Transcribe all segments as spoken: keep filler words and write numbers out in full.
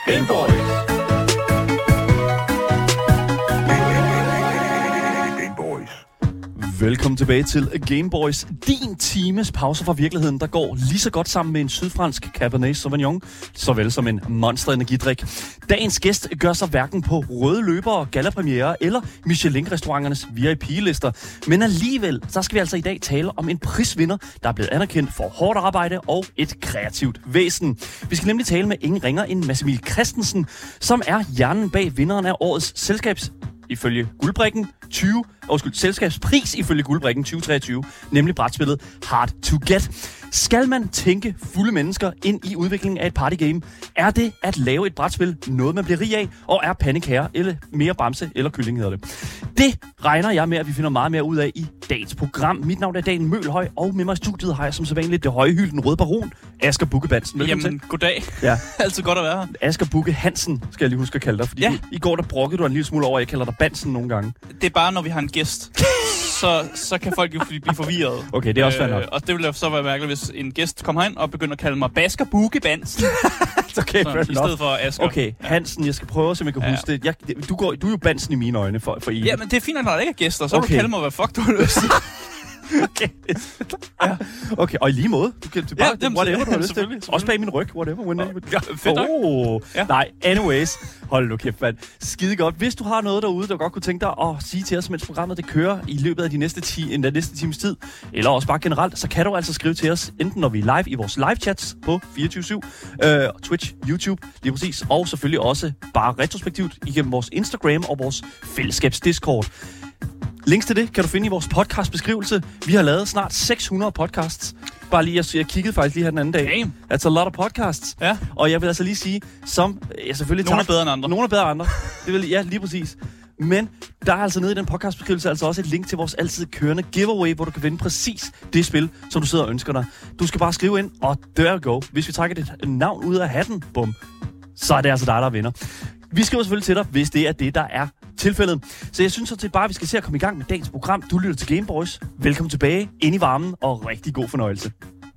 Gameboys. Velkommen tilbage til Gameboys, din times pause fra virkeligheden, der går lige så godt sammen med en sydfransk Cabernet Sauvignon, såvel som en Monster energidrik. Dagens gæst gør sig hverken på røde løbere, gallapremiere eller Michelin-restauranternes V I P-lister. Men alligevel, så skal vi altså i dag tale om en prisvinder, der er blevet anerkendt for hårdt arbejde og et kreativt væsen. Vi skal nemlig tale med ingen ringer end Mads Emil Christensen, som er hjernen bag vinderen af årets selskabs ifølge Guldbrikken tyve, undskyld, selskabspris ifølge Guldbrikken tyve treogtyve, nemlig brætspillet Hard to Get. Skal man tænke fulde mennesker ind i udviklingen af et partygame? Er det at lave et brætspil noget, man bliver rig af? Og er pandekager eller mere bamse eller kylling, hedder det? Det regner jeg med, at vi finder meget mere ud af i dagens program. Mit navn er Daniel Mølhøj, og med mig i studiet har jeg som sædvanligt det højhylde, den røde baron, Asger Bukke Bansen. Velkommen Jamen, til. Goddag. Ja. Altid godt at være her. Asger Bukke Hansen, skal jeg lige huske at kalde dig, fordi ja. du, i går der brokkede du en lille smule over, at jeg kalder dig Bansen nogle gange. Det er bare, når vi har en gæst, så, så kan folk jo blive forvirret. Okay, det er også fair nok. Øh, og det ville så være mærkeligt, hvis en gæst kommer herind og begynder at kalde mig Basker Bukke Bansen. Okay, så, i stedet for Asger. Okay, Hansen, jeg skal prøve, så jeg kan ja. huske det. Jeg, du, går, du er jo Bansen i mine øjne for, for evigt. Ja, men det er fint, at der ikke er gæster, så okay. du kalde mig, hvad fuck du har lyst til. Okay. Ja. Okay, og i lige måde. Du kan bare, ja, whatever du har lyst til. Også bag min ryg, whatever. When ja, fedt oh. ja. Nej, anyways. Hold nu kæft, mand. Skide godt. Hvis du har noget derude, der godt kunne tænke dig at sige til os, mens programmet det kører i løbet af de næste, ti, den næste times tid, eller også bare generelt, så kan du altså skrive til os, enten når vi er live i vores live-chats på fireogtyve syv, øh, Twitch, YouTube, lige præcis, og selvfølgelig også bare retrospektivt igennem vores Instagram og vores fællesskabs-Discord. Links til det kan du finde i vores podcastbeskrivelse. Vi har lavet snart seks hundrede podcasts. Bare lige, jeg, jeg kiggede faktisk lige her den anden dag. Damn. That's a lot of podcasts. Ja. Og jeg vil altså lige sige, som jeg selvfølgelig nogle er bedre end andre. Nogle er bedre end andre. Det vil, ja, lige præcis. Men der er altså nede i den podcastbeskrivelse altså også et link til vores altid kørende giveaway, hvor du kan vinde præcis det spil, som du sidder og ønsker dig. Du skal bare skrive ind, og there you go. Hvis vi trækker dit navn ud af hatten, bum, så er det altså dig, der vinder. Vi skriver selvfølgelig til dig, hvis det er det, der er tilfældet. Så jeg synes så til bare, at vi skal se at komme i gang med dagens program. Du lytter til Gameboys. Velkommen tilbage, ind i varmen, og rigtig god fornøjelse.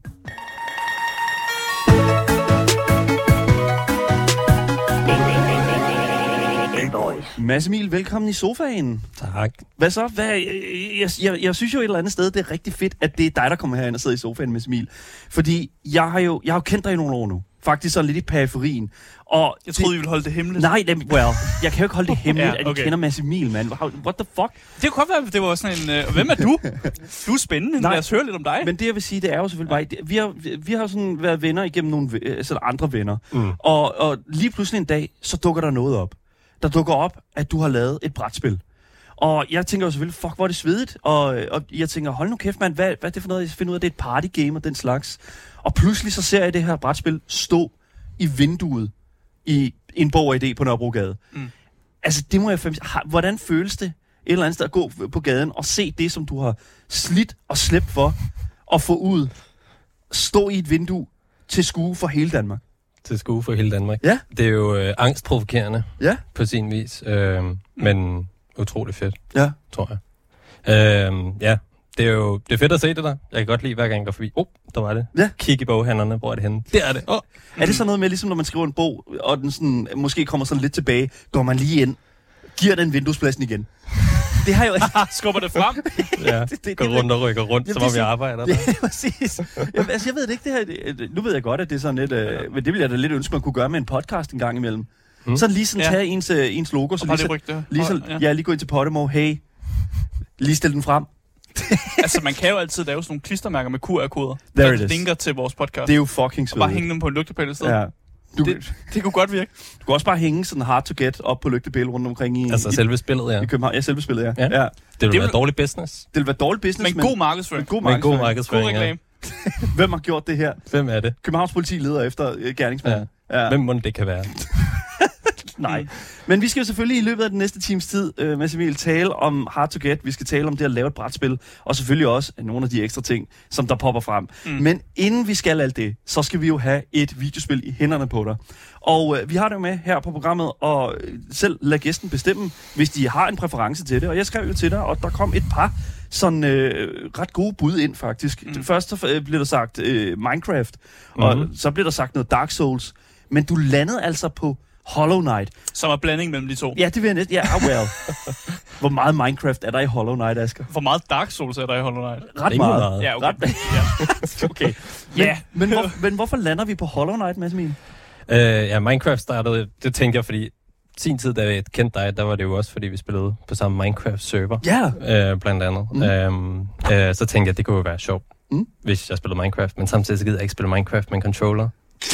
Mads Emil, velkommen i sofaen. Tak. Hvad så? Hvad, jeg, jeg, jeg synes jo et eller andet sted, det er rigtig fedt, at det er dig, der kommer herind og sidder i sofaen, Mads Emil. Fordi jeg har jo, jeg har jo kendt dig i nogle år nu. Faktisk sådan lidt i periferien. Og jeg troede, I ville holde det hemmeligt. Nej, det, well, jeg kan jo ikke holde det hemmeligt, ja, okay. at I kender Mads Emil, mand. What the fuck? Det kunne godt være, det var sådan en... Øh, hvem er du? Du er spændende. Nej, lad os høre lidt om dig. Men det, jeg vil sige, det er jo selvfølgelig bare... Vi har, vi har sådan været venner igennem nogle sådan andre venner. Mm. Og, og lige pludselig en dag, så dukker der noget op. Der dukker op, at du har lavet et brætspil. Og jeg tænker jo selvfølgelig, fuck, hvor er det svedigt. Og, og jeg tænker, hold nu kæft, mand, hvad, hvad er det for noget, jeg finder ud af, det er et partygame og den slags. Og pludselig så ser jeg det her brætspil stå i vinduet i en Bog og Idé på Nørrebrogade. Mm. Altså, det må jeg fandme... Hvordan føles det et eller andet sted at gå på gaden og se det, som du har slidt og slæbt for, og få ud, stå i et vindue til skue for hele Danmark? Til skue for hele Danmark. Ja. Det er jo øh, angstprovokerende, ja, på sin vis, øh, mm. men utrolig fedt, ja, tror jeg. Øh, ja, det er jo det er fedt at se det der. Jeg kan godt lide, hver gang jeg går forbi. Åh, oh, der var det. Ja. Kig i boghandlerne, hvor er det henne? Der er det. Oh. Er det sådan noget med, ligesom når man skriver en bog, og den sådan, måske kommer sådan lidt tilbage, går man lige ind, giver den vinduespladsen igen? Det har jo ikke... Skubber det frem? Ja, det, det, går rundt og rykker rundt, jamen, som om vi arbejder der. Ja, præcis. Jamen, altså, jeg ved det ikke, det her... Det, nu ved jeg godt, at det er sådan lidt... Øh, men det vil jeg da lidt ønske, man kunne gøre med en podcast en gang imellem. Mm. Sådan lige sådan ja. tage ens, øh, ens logo, så lige, så, lige, så, ja. Ja, lige gå ind til Podimo, hey, lige stille den frem. Altså, man kan jo altid lave sådan nogle klistermærker med Q R-koder, der linker til vores podcast. Det er jo fucking svedigt. Og bare hænge dem på en lygtepæl i stedet. Ja. Du, det, det kunne godt virke. Du kan også bare hænge sådan hard to get op på lygtepæl rundt omkring i... Altså i, selve spillet, ja. I København. Ja, selve spillet, ja. ja. ja. Det vil det være vil, dårlig business. Det vil være dårlig business, men... Men god markedsføring. God markedsføring. Men god markedsføring, god reklame. Ja. Hvem har gjort det her? Hvem er det? Københavns politi leder efter uh, gerningsmanden. Ja. Ja. Hvem må det kan være? Nej. Men vi skal jo selvfølgelig i løbet af den næste times tid, øh, Mads Emil, tale om Hard to Get. Vi skal tale om det at lave et brætspil, og selvfølgelig også nogle af de ekstra ting, som der popper frem. Mm. Men inden vi skal alt det, så skal vi jo have et videospil i hænderne på dig. Og øh, vi har det jo med her på programmet, og selv lad gæsten bestemme, hvis de har en præference til det. Og jeg skrev jo til dig, og der kom et par sådan øh, ret gode bud ind, faktisk. Mm. Først så øh, blev der sagt øh, Minecraft, og mm-hmm. så blev der sagt noget Dark Souls. Men du landede altså på Hollow Knight. Som er blanding mellem de to. Ja, det vil jeg næsten... Ja, yeah, well. Hvor meget Minecraft er der i Hollow Knight, Asger? Hvor meget Dark Souls er der i Hollow Knight? Ret meget. meget. Ja, okay. Ret... ja. okay. Men, yeah. men, hvor, men hvorfor lander vi på Hollow Knight, Mads Emil? Øh, ja, Minecraft startede, det tænkte jeg, fordi sin tid, da jeg kendte dig, der var det jo også, fordi vi spillede på samme Minecraft-server, Ja. yeah. øh, blandt andet. Mm. Øhm, øh, så tænkte jeg, at det kunne jo være sjovt, mm. hvis jeg spillede Minecraft, men samtidig så gider jeg ikke spille Minecraft med en controller.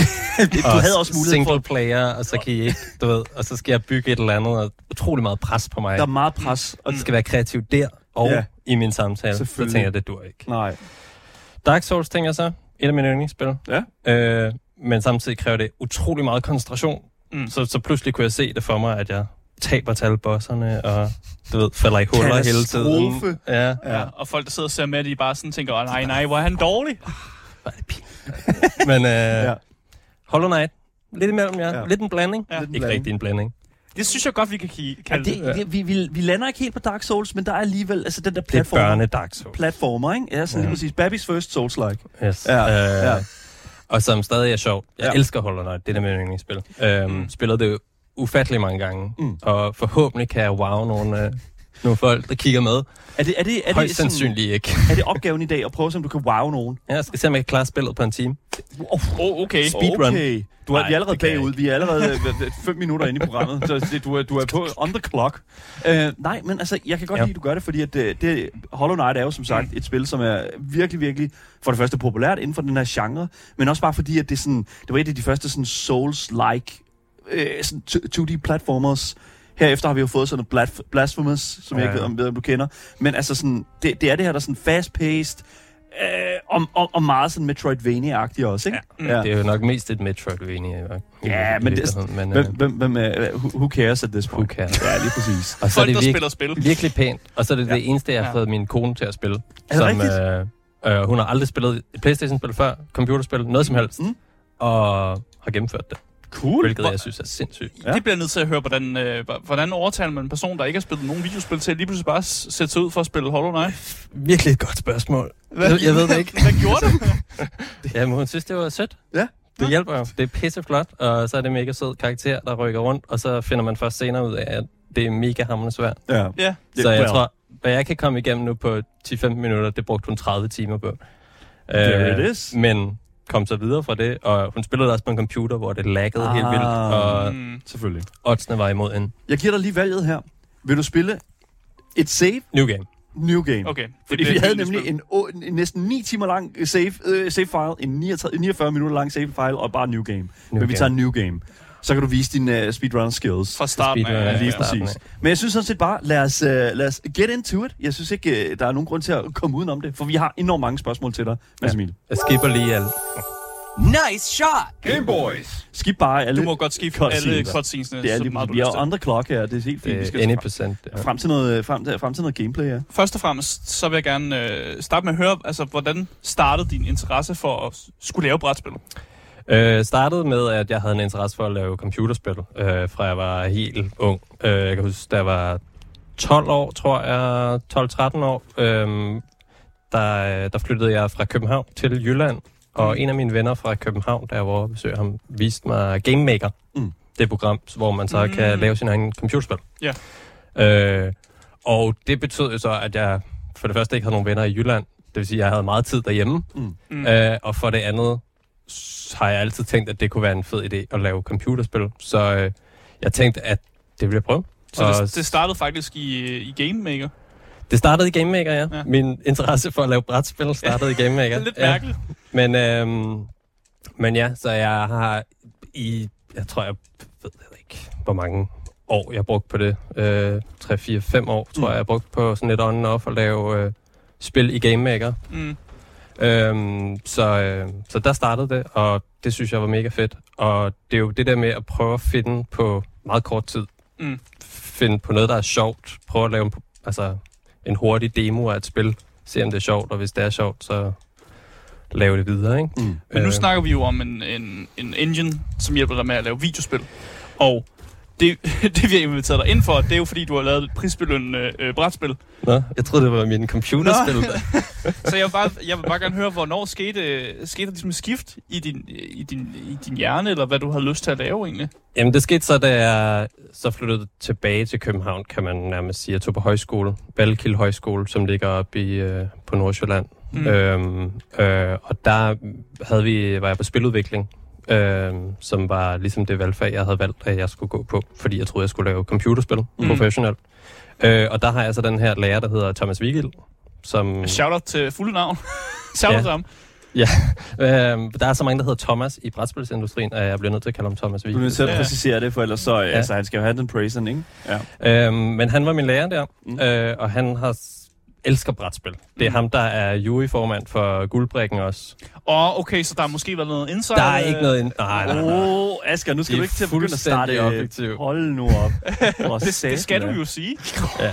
du og havde også mulighed single for... player, og så kan I ikke, du ved, og så skal jeg bygge et eller andet, og utrolig meget pres på mig. Der er meget pres. Og det skal være kreativt der, og Ja. i min samtale. Så tænker jeg, det dur ikke. Nej. Dark Souls, tænker jeg så, et af mine yndlingsspil. Ja. Øh, men samtidig kræver det utrolig meget koncentration. Mm. Så, så pludselig kunne jeg se det for mig, at jeg taber til alle bosserne, og du ved, falder i huller hele tiden. Ja. Ja. Og folk, der sidder og ser med, de bare sådan tænker, åh nej, nej, hvor er han dårlig. Hvor er det pinligt. Men øh, Ja. Hollow Knight, lidt imellem, ja. Ja. Lidt en blanding. Ja. Ikke rigtig en blanding. Det synes jeg godt, vi kan ki- Ja, kalde det. det, det, vi, vi, vi lander ikke helt på Dark Souls, men der er alligevel altså den der Det er platformer. børne Dark Souls. Platformer, ikke? Ja, sådan Ja. lige præcis. Babys first Souls-like. Yes. Ja, Øh, ja. Og som stadig er sjovt. Jeg Ja. elsker Hollow Knight, det er mit yndlingsspil. Øhm, Mm. Spillede det ufattelig mange gange, Mm. og forhåbentlig kan jeg wow nogle, øh, nogle folk, der kigger med. Er det, er det, er Højst det sådan, sandsynligt ikke. er det opgaven i dag at prøve, om du kan wow nogen? Ja, jeg skal se, om jeg kan klare spillet på en time. Oh, okay. Speedrun. Okay. Du er, Nej, vi er allerede det kan jeg bagud. ikke. Vi er allerede øh, fem minutter inde i programmet, så det, du, er, du er på on the clock. Uh, nej, men altså, jeg kan godt Ja. lide, at du gør det, fordi at, det, det, Hollow Knight er jo som sagt et spil, som er virkelig, virkelig for det første populært inden for den her genre, men også bare fordi, at det, sådan, det var et af de første sådan Souls-like øh, sådan to D-platformers. Herefter har vi jo fået sådan noget Blasf- Blasphemous, som ja. jeg ikke ved, om, ved, om du kender. Men altså sådan, det, det er det her, der er sådan fast-paced, øh, og, og, og meget sådan Metroidvania-agtigt også, ikke? Ja. Mm. Ja. Det er jo nok mest et Metroidvania. i- Ja, i men det- virkeligheden, men Hvem, øh, hvem, hvem er, who, who cares at this who point? cares? Ja, lige præcis. Og så er Folk, det der virke, spiller spil. virkelig pænt. Og så er det Ja. det eneste, jeg har Ja. fået min kone til at spille. Er det rigtigt? øh, øh, hun har aldrig spillet et PlayStation-spil før, computerspil, noget som helst. Mm. Og har gennemført det. Cool. Hvilket jeg synes er sindssygt. Ja. Det bliver nødt til at høre, hvordan, øh, hvordan overtaler man en person, der ikke har spillet nogen videospil til, lige pludselig bare s- sætte sig ud for at spille Hollow Knight? Virkelig et godt spørgsmål. Jeg, jeg ved det ikke. Hvad gjorde du? Jamen, hun synes, det var sødt. Ja. Det hjælper jo. Det er pisseflot, og så er det mega sød karakter, der rykker rundt, og så finder man først senere ud af, at det er mega hamrende svært. Ja. Ja. Så jeg well. tror, hvad jeg kan komme igennem nu på ti til femten minutter, det brugte hun tredive timer på. There it is. Men kom så videre fra det, og hun spillede også på en computer, hvor det laggede Ah. helt vildt, og Mm. Selvfølgelig. oddsene var imod en Jeg giver dig lige valget her. Vil du spille et save, new game. new game? Okay. Det Fordi bliver vi et havde vildt nemlig spil. en, o- en næsten ni timer lang save, øh, save file, en niogtredive, niogfyrre minutter lang save file, og bare new game. New Men vi game. tager en new game. Så kan du vise dine uh, speedrunner skills. Fra starten Speedrun, af. ja, Lige ja. starten præcis. af. Men jeg synes sådan set bare, lad os, uh, lad os get into it. Jeg synes ikke, uh, der er nogen grund til at komme udenom det, for vi har enormt mange spørgsmål til dig, Mads Emil. Jeg skipper lige alle. Nice shot! Game Boys. Skip bare alle Du må godt skifte cutscenes. alle cutscenesene, Det er så lige, meget du vi har har lyst til. andre clock her, det er helt fint. Vi Det skal er any frem, procent. Ja. frem, til noget, frem, til, frem til noget gameplay, ja. Først og fremmest, så vil jeg gerne øh, starte med at høre, altså, hvordan startede din interesse for at s- skulle lave brætspil? Øh, startede med, at jeg havde en interesse for at lave computerspil, øh, fra jeg var helt ung. Øh, jeg kan huske, da jeg var tolv år, tror jeg, tolv tretten år, øh, der, der flyttede jeg fra København til Jylland, og Mm. en af mine venner fra København, der jeg var og besøge ham, viste mig Game Maker. Mm. Det program, hvor man så Mm. kan lave sin egen computerspil. Ja. Øh, og det betød jo så, at jeg for det første ikke havde nogen venner i Jylland. Det vil sige, at jeg havde meget tid derhjemme. Mm. Mm. Øh, og for det andet s- har jeg altid tænkt, at det kunne være en fed idé at lave computerspil. Så øh, jeg tænkte, at det ville jeg prøve. Så og det, det startede faktisk i, i Game Maker. det startede i Game Maker, ja. Ja. ja. Min interesse for at lave brætspil startede i Game Maker. Det er lidt ja. mærkeligt. Men, øhm, men ja, så jeg har i, jeg tror, jeg ved ikke, hvor mange år jeg har brugt på det. Øh, tre, fire, fem år, tror Mm. jeg, jeg har brugt på sådan lidt on and off at lave øh, spil i Game Maker. Mm. Øhm, så, øh, så der startede det, og det synes jeg var mega fedt. Og det er jo det der med at prøve at finde på meget kort tid. Mm. Finde på noget, der er sjovt. Prøve at lave en, altså, en hurtig demo af et spil. Se om det er sjovt, og hvis det er sjovt, så lave det videre, ikke? Mm. Men nu Øh. snakker vi jo om en, en, en engine, som hjælper dig med at lave videospil. Og det, det vi har inviteret dig ind for, det er jo fordi, du har lavet et prisbelønnende øh, brætspil. Nå, jeg troede, det var min computerspil. Så jeg vil, bare, jeg vil bare gerne høre, hvornår skete, skete der ligesom et skift i din, i, din, i din hjerne, eller hvad du havde lyst til at lave egentlig? Jamen, det skete så, da jeg så flyttede tilbage til København, kan man nærmest sige. Jeg tog på højskole, Vallekilde Højskole, som ligger oppe i, øh, på Nordsjælland. Mm. Øhm, øh, og der havde vi, var jeg på spiludvikling, øh, som var ligesom det valgfag, jeg havde valgt, at jeg skulle gå på, fordi jeg troede, jeg skulle lave computerspil mm. professionelt. Øh, og der har jeg så den her lærer, der hedder Thomas Vigild, som... Shout-out til fulde navn. Shout-out ja. til ham. Ja, øh, der er så mange, der hedder Thomas i brætspilsindustrien, og jeg bliver nødt til at kalde ham Thomas Vigild. Du er nødt til at præcisere det, for ellers så... Ja. Altså, han skal jo have den praisen, ikke? Ja. Øhm, men han var min lærer der, mm. øh, og han har elsker brætspil. Det er mm. ham, der er juryformand for Guldbrikken også. Åh, oh, okay, så der har måske været noget insider? Der er ikke noget... In- nej, nej, nej. Åh, oh, Asger, nu skal du ikke til at begynde at starte... Objektiv. Hold nu op. det, det skal du jo sige. ja,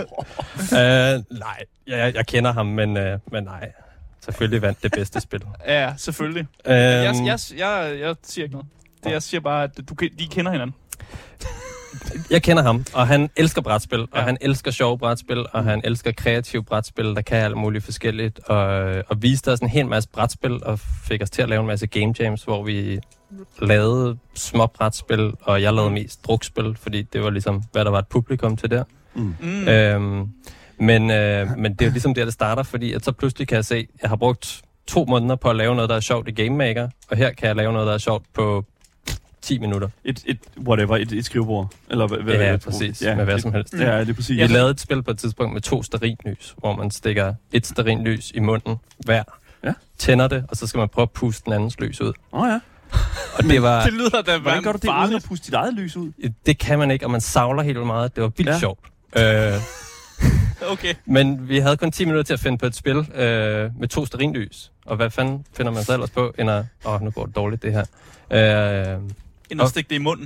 ja. uh, nej, jeg, jeg kender ham, men, uh, men nej. Selvfølgelig vandt det bedste spil. Ja, selvfølgelig. Um, jeg, jeg, jeg, jeg siger ikke noget. Det, jeg siger bare, at du, de kender hinanden. Jeg kender ham, og han elsker brætspil, ja. og han elsker sjove brætspil, og mm. han elsker kreative brætspil, der kan alt muligt forskelligt, og, og viste os en hel masse brætspil, og fik os til at lave en masse game jams, hvor vi lavede små brætspil, og jeg lavede mest drukspil, fordi det var ligesom, hvad der var et publikum til der. Mm. Mm. Øhm, men, øh, men det er jo ligesom der, det starter, fordi at så pludselig kan jeg se, at jeg har brugt to måneder på at lave noget, der er sjovt i Game Maker, og her kan jeg lave noget, der er sjovt på ti minutter. Et, et whatever, et, et skrivebord. Eller hvad, hvad, ja, hvad, præcis. Ja, med hvad det, som helst. Ja, det er præcis. Vi lavede et spil på et tidspunkt med to stearinlys, hvor man stikker et stearinlys i munden hver, ja. tænder det, og så skal man prøve at puste den andens lys ud. Åh oh, ja. Og det var... det lyder da Hvordan gør du det uden at puste dit eget lys ud? Det kan man ikke, og man savler helt meget. Det var vildt ja. sjovt. Øh, okay. Men vi havde kun ti minutter til at finde på et spil øh, med to stearinlys. Og hvad fanden finder man så ellers på, end at... Åh, oh, nu går det dårligt, det her. Øh, End at stikke det i munden.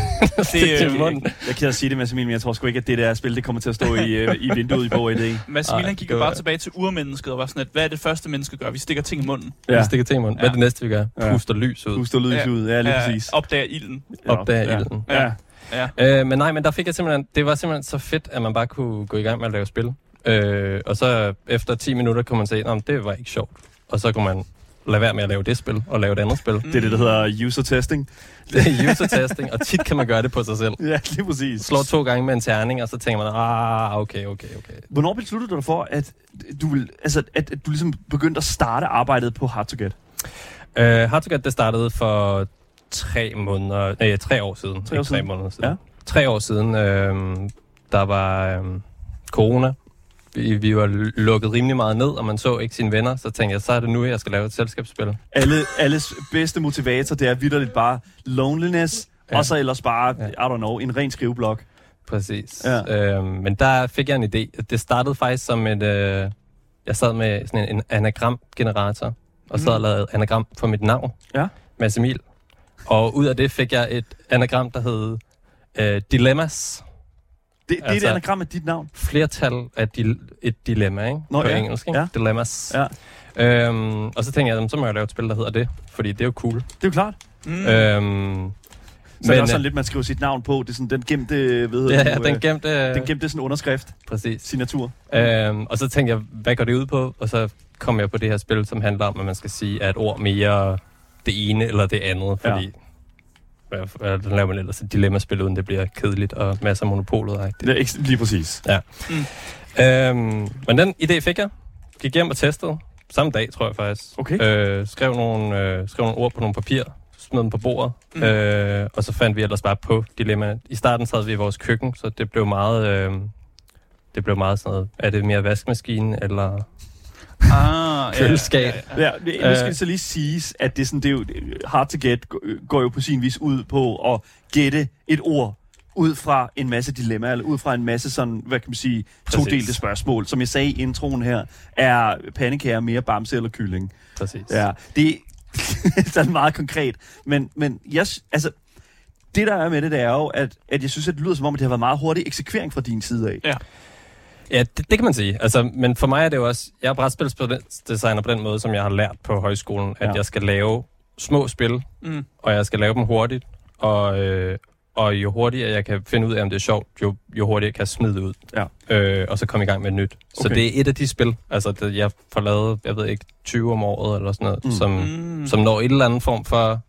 det er i munden. Jeg kan sige det, Mads Emil, men jeg tror sgu ikke, at det der spil, det kommer til at stå i, uh, i vinduet i Bog I D. Mads Emil, han gik jo bare tilbage til urmennesket og var sådan, at hvad er det første, menneske gør? Vi stikker ting i munden. Ja. Vi stikker ting i munden. Hvad er det næste, vi gør? Puster lys ud. Puster lys ja. ud, ja, lige ja. præcis. Opdager ilden. Opdager ja. ilden. Ja. ja. ja. Øh, men nej, men der fik jeg simpelthen... Det var simpelthen så fedt, at man bare kunne gå i gang med at lave spil. Øh, og så efter ti minutter kunne man se, at det var ikke sjovt. Og så kunne man lade være med at lave det spil, og lave et andet spil. Mm. Det er det, der hedder user testing. Det er user testing, og tit kan man gøre det på sig selv. Ja, lige præcis. Slår to gange med en terning, og så tænker man, ah, okay, okay, okay. Hvornår besluttede du dig for, at du, vil, altså, at, at du ligesom begyndte at starte arbejdet på Hard to Get? Uh, Hard to Get, det startede for tre måneder, nej, tre år siden. Tre år ikke siden? Tre måneder siden. Ja. Tre år siden, øh, der var øh, corona. Vi, vi var lukket rimelig meget ned, og man så ikke sine venner. Så tænkte jeg, så er det nu, jeg skal lave et selskabsspil. Alle, alles bedste motivator, det er vitterligt bare loneliness, ja. Og så ellers bare, ja. I don't know, en ren skriveblok. Præcis. Ja. Øh, men der fik jeg en idé. Det startede faktisk som et... Øh, jeg sad med sådan en, en anagram-generator, og så mm. lavede anagram for mit navn, ja. Mads Emil. Og ud af det fik jeg et anagram, der hed øh, Dilemmas. Det, det altså, er et anagram af dit navn? Flertal af di- et dilemma, ikke? Nå, på ja. engelsk, ikke? Ja. Dilemmas. Ja. Øhm, og så tænkte jeg, så må jeg lave et spil, der hedder det, fordi det er jo cool. Det er jo klart. Mm. Øhm, så men, er det også sådan lidt, man skriver sit navn på. Det er sådan den gemte, ved ja, du, den gemte... Den gemte sådan underskrift. Præcis. Signatur. Øhm, og så tænkte jeg, hvad går det ud på? Og så kom jeg på det her spil, som handler om, at man skal sige, at et ord mere det ene eller det andet, fordi... Ja. Hvad laver man ellers et dilemmaspil, uden det bliver kedeligt og masser af monopolet. Det er ikke lige præcis. Ja. Mm. Øhm, men den idé fik jeg. Gik hjem og testede. Samme dag, tror jeg faktisk. Okay. Øh, skrev, nogle, øh, skrev nogle ord på nogle papir, smed dem på bordet, mm. øh, og så fandt vi ellers bare på dilemmaet. I starten sad vi i vores køkken, så det blev meget... Øh, det blev meget sådan noget. Er det mere vaskemaskine, eller... Ah, køleskab. Ja, ja. ja, nu skal det så lige siges, at det er sådan, det er jo, Hard to Get går jo på sin vis ud på at gætte et ord ud fra en masse dilemmaer, eller ud fra en masse sådan, hvad kan man sige, todelte spørgsmål. Som jeg sagde i introen her, er pandekager mere bamse eller kylling? Præcis. Ja, det er sådan meget konkret. Men, men jeg, altså, det der er med det, det er jo, at, at jeg synes, at det lyder som om, at det har været meget hurtig eksekvering fra din side af. Ja. Ja, det, det kan man sige. Altså, men for mig er det jo også... Jeg er brætspilsdesigner på den måde, som jeg har lært på højskolen, at ja. jeg skal lave små spil, mm. og jeg skal lave dem hurtigt, og, øh, og jo hurtigere jeg kan finde ud af, om det er sjovt, jo, jo hurtigere kan jeg smide det ud. Ja. Øh, og så komme i gang med et nyt. Okay. Så det er et af de spil, altså det, jeg får lavet, jeg ved ikke, tyve om året eller sådan noget, mm. Som, mm. som når en eller anden form for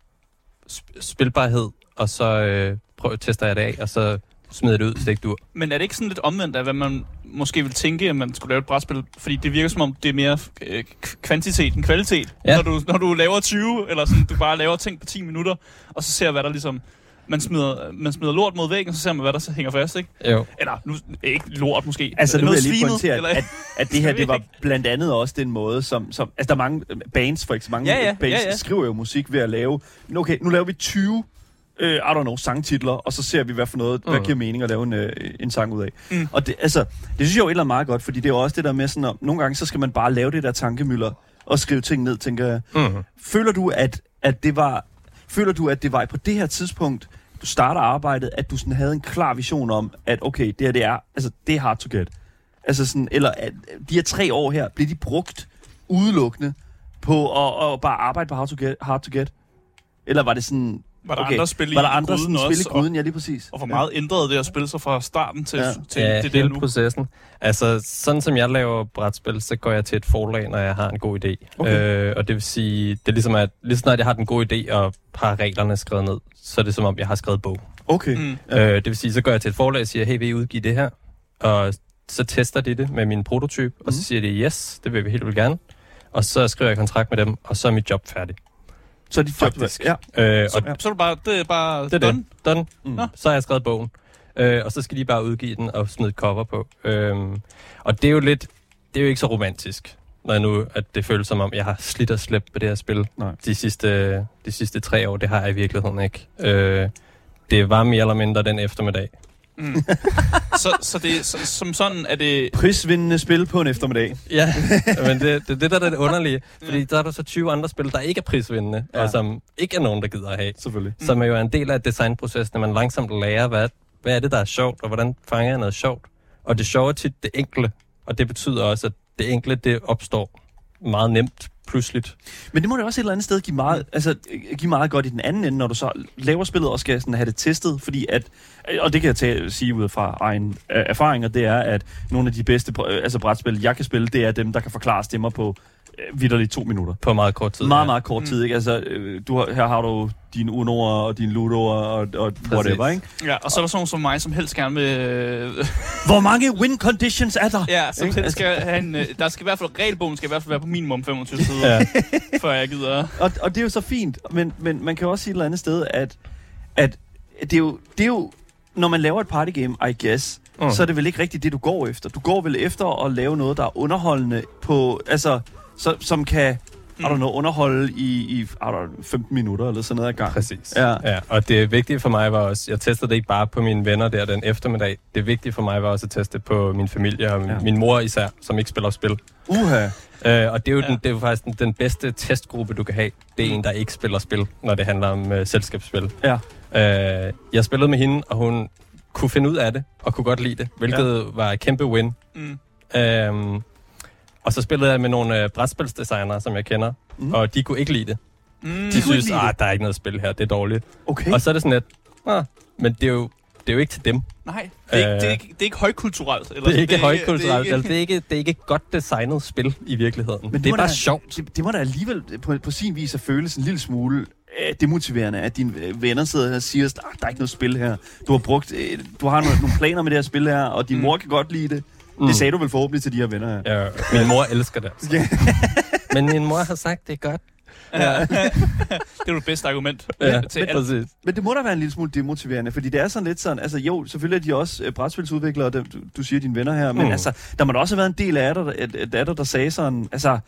sp- spilbarhed, og så øh, prøver tester jeg det af, og så smider det ud, hvis det ikke dur. Men er det ikke sådan lidt omvendt af, hvad man måske vil tænke, at man skulle lave et brætspil? Fordi det virker som om, det er mere øh, kvantitet end kvalitet. Ja. Når, du, når du laver tyve, eller sådan, du bare laver ting på ti minutter, og så ser hvad der ligesom... Man smider, man smider lort mod væggen, så ser man, hvad der så hænger fast, ikke? Jo. Eller, nu, ikke lort måske. Altså, nu vil jeg lige svinet, pointere, eller... at, at det her, det var blandt andet også den måde, som... som altså, der er mange bands, for eksempel. Mange ja, ja, bands ja, ja. skriver jo musik ved at lave... Okay, nu laver vi tyve... Uh, I don't know, sangtitler, og så ser vi, hvad for noget, mm. hvad giver mening at lave en, uh, en sang ud af. Mm. Og det, altså, det synes jeg jo et eller andet meget godt, fordi det er jo også det der med sådan, at nogle gange, så skal man bare lave det der tankemøller, og skrive ting ned, tænker jeg. Mm. Føler du, at, at det var, føler du, at det var på det her tidspunkt, du starter arbejdet, at du sådan havde en klar vision om, at okay, det her, det er, altså, det er hard to get. Altså sådan, eller at de her tre år her, bliver de brugt udelukkende på at, at bare arbejde på hard to get, hard to get? Eller var det sådan... Var der okay. andre spil i var der andre gryden sådan, også? spil i gryden? Ja, lige præcis. Og hvor meget ja. ændrede det at spille sig fra starten til, ja. til ja, det hele der nu? processen. Altså, sådan som jeg laver brætspil, så går jeg til et forlag, når jeg har en god idé. Okay. Øh, og det vil sige, det er ligesom, at lige snart jeg har den gode idé og har reglerne skrevet ned, så er det som om, jeg har skrevet bog. Okay. Mm. Øh, det vil sige, så går jeg til et forlag og siger, hey, vil I udgive det her? Og så tester de det med min prototype, mm. og så siger de, yes, det vil vi helt vildt gerne. Og så skriver jeg kontrakt med dem, og så er mit job færdig. Så er de faktisk. Ja. Øh, så, og ja. så er det bare, det er bare det er done? Det. Done. Mm. Så har jeg skrevet bogen. Øh, og så skal de bare udgive den og smide et cover på. Øh, og det er jo lidt, det er jo ikke så romantisk, når nu, at det føles som om, jeg har slidt og slæbt på det her spil de sidste, de sidste tre år. Det har jeg i virkeligheden ikke. Øh, det var mere eller mindre den eftermiddag. Mm. så, så det så, som sådan er det... Prisvindende spil på en eftermiddag. Ja, men det, det, det der er det underlige. Fordi der er der så tyve andre spil, der ikke er prisvindende, ja. Og som ikke er nogen, der gider at have. Selvfølgelig. Som er jo en del af designprocessen, at man langsomt lærer, hvad, hvad er det, der er sjovt, og hvordan fanger jeg noget sjovt. Og det sjove er tit det enkle, og det betyder også, at det enkle, det opstår meget nemt, pludseligt. Men det må da også et eller andet sted give meget, altså, give meget godt i den anden ende, når du så laver spillet og skal sådan have det testet, fordi at, og det kan jeg tage, sige ud fra egen øh, erfaringer, det er, at nogle af de bedste øh, altså brætspil, jeg kan spille, det er dem, der kan forklare stemmer på øh, vitterligt to minutter. På meget kort tid. Meget, ja. meget kort tid, ikke? Altså, øh, du har, her har du dine unoer og dine ludoer og, og whatever, ikke? Ja, og så er der sådan som mig, som helst gerne vil... Hvor mange win conditions er der? Ja, som helst skal have en... Der skal i hvert fald... Regelbogen skal i hvert fald være på minimum femogtyve sider, ja. Før jeg gider... Og, og det er jo så fint, men, men man kan jo også sige et eller andet sted, at, at det, er jo, det er jo... Når man laver et partygame, I guess, mm. så er det vel ikke rigtigt det, du går efter. Du går vel efter at lave noget, der er underholdende på... Altså, så, som kan... Mm. I don't know, underholde i, i I don't know, femten minutter eller sådan noget ad gang. Præcis. Ja. Ja, og det vigtige for mig var også, jeg testede det ikke bare på mine venner der den eftermiddag. Det vigtige for mig var også at teste på min familie og min, ja. min mor især, som ikke spiller spil. Uha. Øh, og det er jo, ja. den, det er jo faktisk den, den bedste testgruppe, du kan have. Det er mm. en, der ikke spiller spil, når det handler om uh, selskabsspil. Ja. Øh, jeg spillede med hende, og hun kunne finde ud af det, og kunne godt lide det, hvilket ja. var et kæmpe win. Mm. Øh, Og så spillede jeg med nogle øh, brætspilsdesignere, som jeg kender, mm. og de kunne ikke lide det. Mm. De, de synes, at der er ikke noget spil her, det er dårligt. Okay. Og så er det sådan lidt, ah, men det er, jo, det er jo ikke til dem. Nej, det er, ikke, det er, ikke, det er ikke højkulturelt. Eller det er ikke det er højkulturelt, ikke, altså, det, er ikke, det er ikke godt designet spil i virkeligheden. Men det, det er bare da, sjovt. Det, det må da alligevel på, på sin vis at føles en lille smule øh, demotiverende, at dine venner sidder her og siger, at der er ikke noget spil her. Du har brugt, øh, du har nogle, nogle planer med det her spil her, og din mm. mor kan godt lide det. Mm. Det sagde du vel forhåbentlig til de her venner her. Ja, min mor elsker det. Altså. Men min mor har sagt, det er godt. Ja. Det er jo det bedste argument. Ja, til det præcis. Men det må da være en lille smule demotiverende, fordi det er sådan lidt sådan, altså jo, selvfølgelig er de også uh, brætspilsudviklere, du, du siger dine venner her, men mm. altså, der må da også have været en del af dig, der, der, der sagde sådan, altså,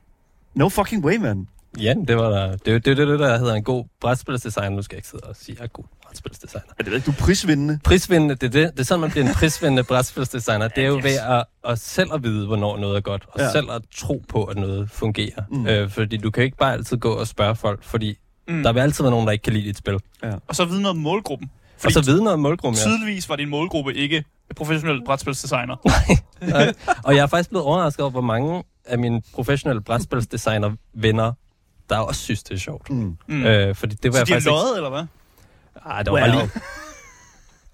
no fucking way, man. Ja, det var der. Det er jo det, det, det, der hedder en god brætspilsdesigner. Nu skal jeg ikke sidde og sige, at jeg er god brætspilsdesigner. Er det ikke, du er prisvindende? Prisvindende, det er det. Det er sådan, man bliver en prisvindende brætspilsdesigner. Det er jo ved at, at selv at vide, hvornår noget er godt, og ja. selv at tro på, at noget fungerer. Mm. Øh, fordi du kan ikke bare altid gå og spørge folk, fordi mm. der vil altid være nogen, der ikke kan lide dit spil. Ja. Og så vide noget om målgruppen. Fordi og så vide noget om målgruppen, ja. Tydeligvis var din målgruppe ikke professionelle brætspilsdesigner. Nej. Og jeg er faktisk blevet overrasket over, hvor mange af mine professionelle brætspilsdesigner-venner, der også synes, det er sjovt. Mm. Mm. Øh, fordi det var så jeg de har faktisk løjet, ikke... eller hvad? Ej, det var well. lige...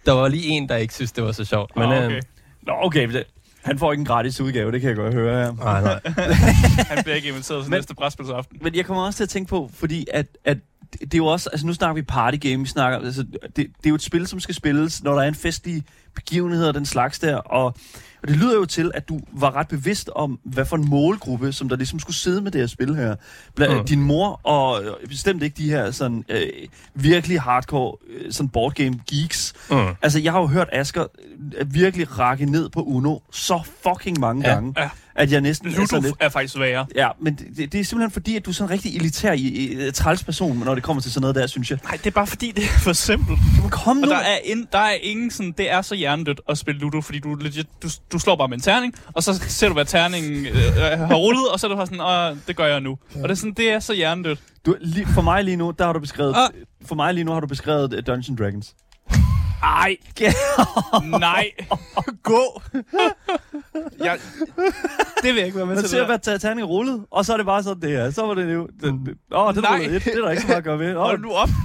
Der var lige en, der ikke synes, det var så sjovt. Men, Ah, okay. øh, Nå, okay. Han får ikke en gratis udgave, det kan jeg godt høre her. nej, nej. Han bliver ikke inviteret til Men- næste brætspilsaften. Men jeg kommer også til at tænke på, fordi at, at det det er jo også, altså nu snakker vi party game, vi snakker, altså det, det er jo et spil, som skal spilles, når der er en festlig begivenhed og den slags der, og, og det lyder jo til, at du var ret bevidst om, hvad for en målgruppe, som der ligesom skulle sidde med det her spil her. Bla, Mm. Din mor, og øh, bestemt ikke de her sådan øh, virkelig hardcore øh, sådan board game geeks. Mm. Altså jeg har jo hørt Asger øh, virkelig rakke ned på Uno så fucking mange Ja. gange, Ja. at jeg næsten er Ludo sådan lidt... er faktisk værre. Ja, men det, det er simpelthen fordi, at du er sådan en rigtig elitær i, i, træls person, når det kommer til sådan noget der, synes jeg. Nej, det er bare fordi, det er for simpelt. Men kom nu! Og der er, in, der er ingen sådan, det er så hjernedødt at spille Ludo, fordi du, legit, du, du slår bare med en terning, og så ser du, hvad terningen øh, har rullet, og så er du bare sådan, åh, det gør jeg nu. Og det er sådan, det er så hjernedødt. Du, lige, for mig lige nu, der har du beskrevet... Ah. For mig lige nu har du beskrevet uh, Dungeons and Dragons. Ej, nej, gå. Jeg, det vil jeg ikke være med Man til. ser, det der. hvad terningen rullede, og så er det bare sådan, det er. Så var det jo... Åh, oh, det Nej. rullede et. Det er der ikke så meget at gøre ved. Åh, Hold nu op.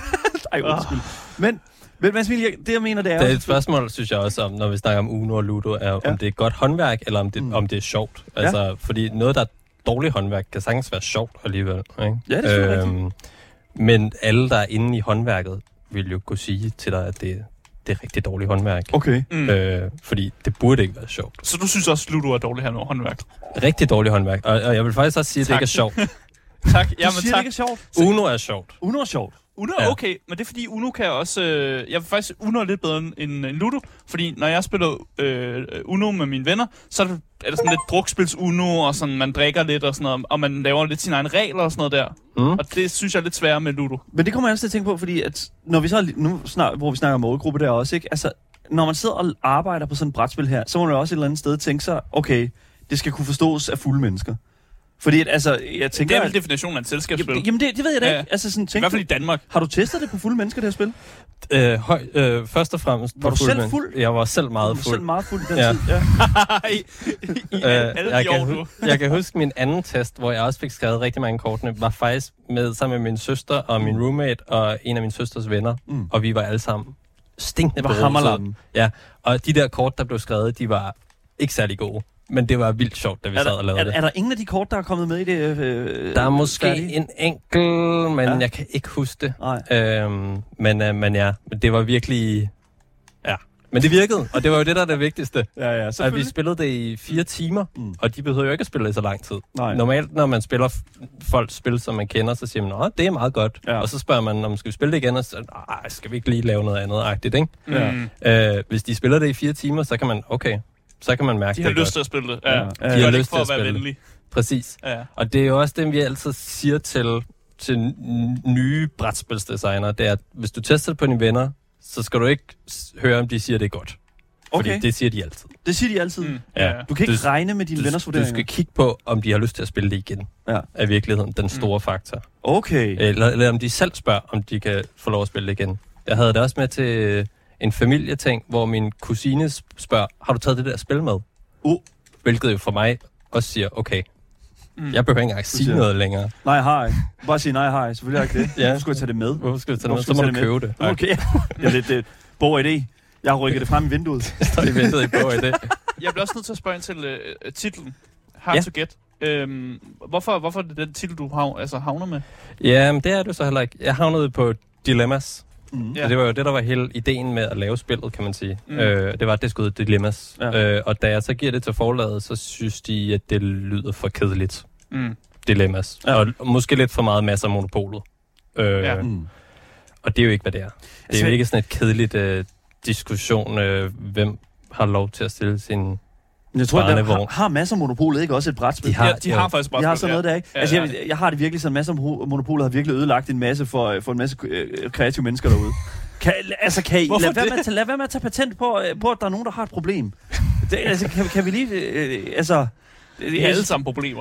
ej, undskyld. Men, men Mads Emil, jeg- det jeg mener, det er... Det er et spørgsmål, synes jeg også, om, når vi snakker om Uno og Ludo, er, ja. om det er godt håndværk, eller om det, Mm. om det er sjovt. Altså, ja. Fordi noget, der er dårligt håndværk, kan sagtens være sjovt alligevel. Ikke? Ja, det er selvfølgelig Men alle, der er inde i håndværket, vil jo kunne sige til dig, at det, det er rigtig dårligt håndværk. Okay. Mm. Øh, fordi det burde ikke være sjovt. Så du synes også, Ludo er dårligt her nu, håndværk? Rigtig dårligt håndværk. Og, og jeg vil faktisk også sige, at det Tak. ikke er sjovt. Tak. Du Jamen, siger, tak. det ikke er sjovt. Uno er sjovt. Uno er sjovt. Uno er Ja. okay, men det er fordi Uno kan også... Øh, jeg vil faktisk Uno er lidt bedre end, end Ludo, fordi når jeg spiller øh, Uno med mine venner, så er det, er det sådan lidt drukspils Uno, og sådan, man drikker lidt og sådan noget, og man laver lidt sine egne regler og sådan noget der. Mm. Og det synes jeg er lidt sværere med Ludo. Men det kommer jeg også til at tænke på, fordi at når vi så, nu snak, hvor vi snakker om målgruppe der også, ikke? Altså, når man sidder og arbejder på sådan et brætspil her, så må man jo også et eller andet sted tænke sig, okay, det skal kunne forstås af fulde mennesker. Fordi at, altså, jeg tænker... Det er vel at- definitionen af et selskabsspil. Jamen, jamen det, det ved jeg da Ja. ikke. Altså, sådan, I tænk hvert fald du, i Danmark. har du testet det på fulde mennesker, det her spil? Øh, høj, øh, først og fremmest... Var du på selv men- fuld? Jeg var selv Du meget var fuld. selv meget fuld i den Ja. tid. Ja. I, i Øh, alle jeg, de år, kan, du. hu- jeg kan huske min anden test, hvor jeg også fik skrevet rigtig mange kortene, var faktisk med sammen med min søster og min roommate og en af min søsters venner, Mm. og vi var alle sammen stinkende Det var berusede. hammerlappen. Ja, og de der kort, der blev skrevet, de var ikke særlig gode, men det var vildt sjovt, da vi Er sad der, og lavede er, det. er der ingen af de kort, der er kommet med i det? Øh, Der er måske færdige? en enkelt, men Ja. ja. jeg kan ikke huske det. Nej. Øhm, men, øh, men ja, men det var virkelig... Ja, men det virkede, og det var jo det, der er det vigtigste. Ja, ja, At vi selvfølgelig. spillede det i fire timer, Mm. mm. og de behøver jo ikke at spille i så lang tid. Nej. Normalt, når man spiller f- folk spil, som man kender, så siger man, at det er meget godt. Ja. Ja. Og så spørger man, om skal vi spille det igen, og så nej, skal vi ikke lige lave noget andet-agtigt, ikke? Ja. Mm. Øh, hvis de spiller det i fire timer, så kan man, okay, så kan man mærke De har det lyst godt. til at spille det. Ja. Ja. Ja. De De har har lyst lyst for til at at være spille det. venlig. Præcis. Ja. Og det er jo også det, vi altid siger til, til n- nye brætspilsdesignere, det er, at hvis du tester det på dine venner, så skal du ikke s- høre, om de siger, det er godt. Fordi Okay. det siger de altid. Det siger de altid. Mm. Ja. Ja. Du kan ikke Du- regne med dine Du, venners du vurderinger. skal kigge på, om de har lyst til at spille det igen. Ja. Er i virkeligheden den store mm. faktor. Okay. Eller, eller om de selv spørger, om de kan få lov at spille det igen. Jeg havde det også med til en familieting, hvor min kusine spørger, har du taget det der spil med? Uh. Hvilket jo for mig også siger, okay, Mm. jeg behøver ikke engang sige siger- noget længere. Nej, hej. Bare sige nej, hej. Selvfølgelig er ikke det. Ja. Du skulle tage det med. Hvorfor skal du tage Hvorfor noget? skal Så må du du tage det købe det. Okay. Det er lidt det. Bog idé. Jeg har rykket det frem i vinduet. Så det ventede ikke på i det. Jeg bliver også nødt til at spørge ind til uh, titlen. Hard Ja. to get. Øhm, hvorfor, hvorfor er det den titel, du hav, altså havner med? Ja, men det er det så heller ikke. Jeg havnede på Dilemmas. Mm. Ja. Ja. Det var jo det, der var hele ideen med at lave spillet, kan man sige. Mm. Mm. Øh, det var, at det skulle hedde Dilemmas. Ja. Ja. Øh, og da jeg så giver det til forlaget, så synes de, at det lyder for kedeligt. Mm. Dilemmas. Ja. Ja. Og måske lidt for meget masser af monopolet. Øh, Ja. ja. Mm. Og det er jo ikke, hvad det er. Det er Altså- jo ikke sådan et kedeligt øh, diskussion, øh, hvem har lov til at stille sin... Jeg tror, at der Barnevogn. har, har masser af monopolet ikke også et brætspil? De har- Ja, de har jo. faktisk bare De har spillet, sådan noget der, ikke? Ja, Altså, ja. jeg, jeg har det virkelig sådan, masser af monopolet har virkelig ødelagt en masse for, for en masse øh, kreative mennesker derude. Kan, altså, kan I, Hvorfor lad, være det? med at, tage- lad være med at tage patent på, øh, på, at der er nogen, der har et problem. Det, altså, kan, kan vi lige... Øh, altså... De har alle sammen problemer.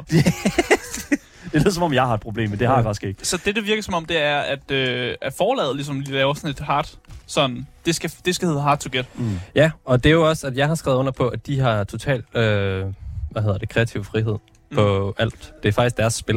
Det lyder som om, jeg har et problem, men det har jeg faktisk ikke. Så det, det virker som om, det er, at, øh, at forlaget ligesom lige laver sådan et hard... Sådan, det skal, det skal hedde hard to get. Mm. Ja, og det er jo også, at jeg har skrevet under på, at de har totalt, øh, hvad hedder det, kreativ frihed Mm. på alt. Det er faktisk deres spil.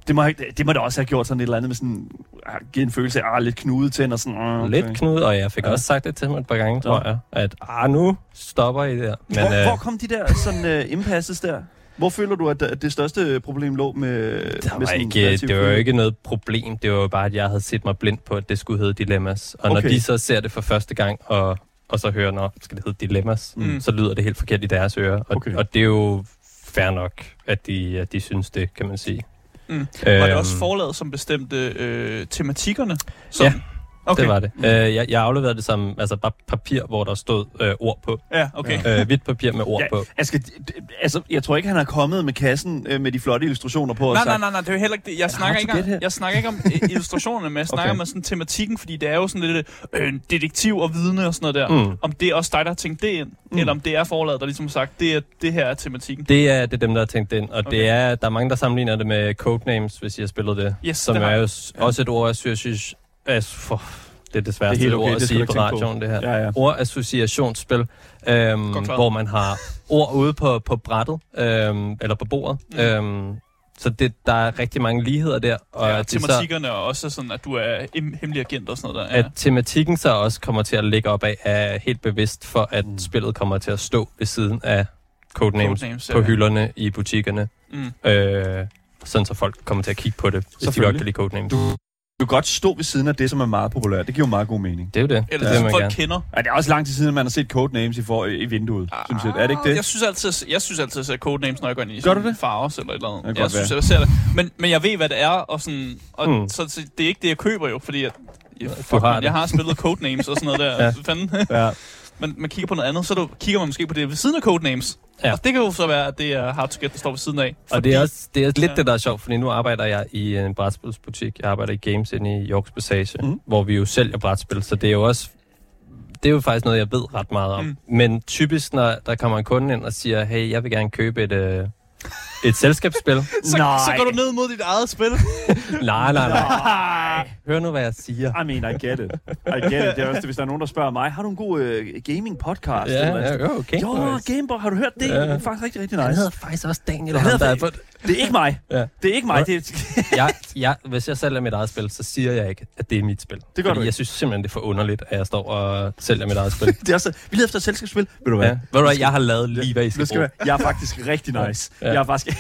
Det må, det må da også have gjort sådan et eller andet med sådan, give en følelse af, ah, lidt knude til og sådan. Ah, okay. Lidt knude, og jeg fik ja. også sagt det til ham et par gange, tror ja. jeg, at ah, nu stopper I der. Men, hvor, øh, hvor kom de der sådan uh, impasses der? Hvor føler du, at det største problem lå med, der med var ikke, det var jo ikke noget problem. Det var jo bare, at jeg havde set mig blind på, at det skulle hedde Dilemmas. Og okay. når de så ser det for første gang, og, og så hører, nå, skal det hedde Dilemmas, mm. så lyder det helt forkert i deres ører. Og, okay. og det er jo fair nok, at de, at de synes det, kan man sige. Mm. Øhm, var det også forlaget, som bestemte øh, tematikkerne? Som, ja. Okay. Det var det. Mm. Øh, jeg, jeg afleverede det som altså bare papir, hvor der stod øh, ord på. Ja, okay. Øh, hvidt papir med ord ja, på. Altså, altså, jeg tror ikke, han har kommet med kassen øh, med de flotte illustrationer på. Nej, nej, nej, nej, det er jo heller ikke det. Jeg snakker ikke, om, jeg snakker ikke om illustrationerne, men jeg snakker okay. om sådan tematikken, fordi det er jo sådan lidt øh, detektiv og vidne og sådan noget der. Mm. Om det er også dig, der har tænkt det ind, mm. eller om det er forlaget, der ligesom har sagt, det, er, det her er tematikken. Det er, det er dem, der har tænkt det ind, og okay. det er, der er mange, der sammenligner det med Codenames, hvis I har spillet det. Yes, som det er jo ja. også et ord, jeg synes, for... Det er det sværeste okay, ord at sige på radioen, det her. Ja, ja. Ordassociationsspil, øhm, hvor man har ord ude på, på brættet, øhm, eller på bordet. Mm. Øhm, så det, der er rigtig mange ligheder der. Og ja, tematikkerne er også sådan, at du er hemmelig agent og sådan noget der. Ja. At tematikken så også kommer til at ligge op af, er helt bevidst for, at mm. spillet kommer til at stå ved siden af Codenames, Codenames på ja. hylderne i butikkerne. Mm. Øh, sådan så folk kommer til at kigge på det, hvis de godt kan lide Codenames. Du Du kan godt stå ved siden af det, som er meget populært. Det giver jo meget god mening. Det er jo det. Eller det, det, det folk gerne. kender. Ja, det er også lang tid siden, man har set Codenames i, for, i vinduet, ah, synes jeg. Er det ikke det? Jeg synes altid, jeg synes altid at se Codenames, når jeg går ind i Faros eller et eller andet. Jeg, jeg synes, jeg ser det. Men, men jeg ved, hvad det er, og, sådan, og mm. så, så det er ikke det, jeg køber jo, fordi at, jeg, fuck, har man, jeg har spillet Codenames og sådan noget der. ja. Fanden. ja. Men man kigger på noget andet, så du, kigger man måske på det ved siden af Codenames. Ja. Og det kan jo så være, at det er Hard to Get, der står ved siden af. Fordi, og det er også det er lidt ja. det, der er sjovt, fordi nu arbejder jeg i en brætspilsbutik. Jeg arbejder i Games inde i Yorks Passage, mm. hvor vi jo sælger brætspil, så det er jo også... Det er jo faktisk noget, jeg ved ret meget om. Mm. Men typisk, når der kommer en kunde ind og siger, hey, jeg vil gerne købe et... Øh, et selskabsspil. så, så går du ned mod dit eget spil. nej, nej, nej. Hør nu, hvad jeg siger. I mean, I get it. I get it. Det er også det, hvis der er nogen, der spørger mig, har du en god uh, gaming-podcast? Ja, ja, jo, okay. Jo, Gameboy, har du hørt det? Ja. Det er faktisk rigtig, rigtig nice. Han hedder faktisk også Daniel. Han hedder, der det er ikke mig. Ja. Det er ikke mig. Det er jeg, jeg, hvis jeg sælger mit eget spil, så siger jeg ikke, at det er mit spil. Det gør du ikke. Jeg synes simpelthen, det er for underligt, at jeg står og sælger mit eget spil. det er også, vi leder efter et selskabsspil. Ved du hvad? Ja. Ved du hvad, jeg har lavet lige, hvad I skal bruge. Jeg er faktisk rigtig nice. Ja. Jeg er faktisk...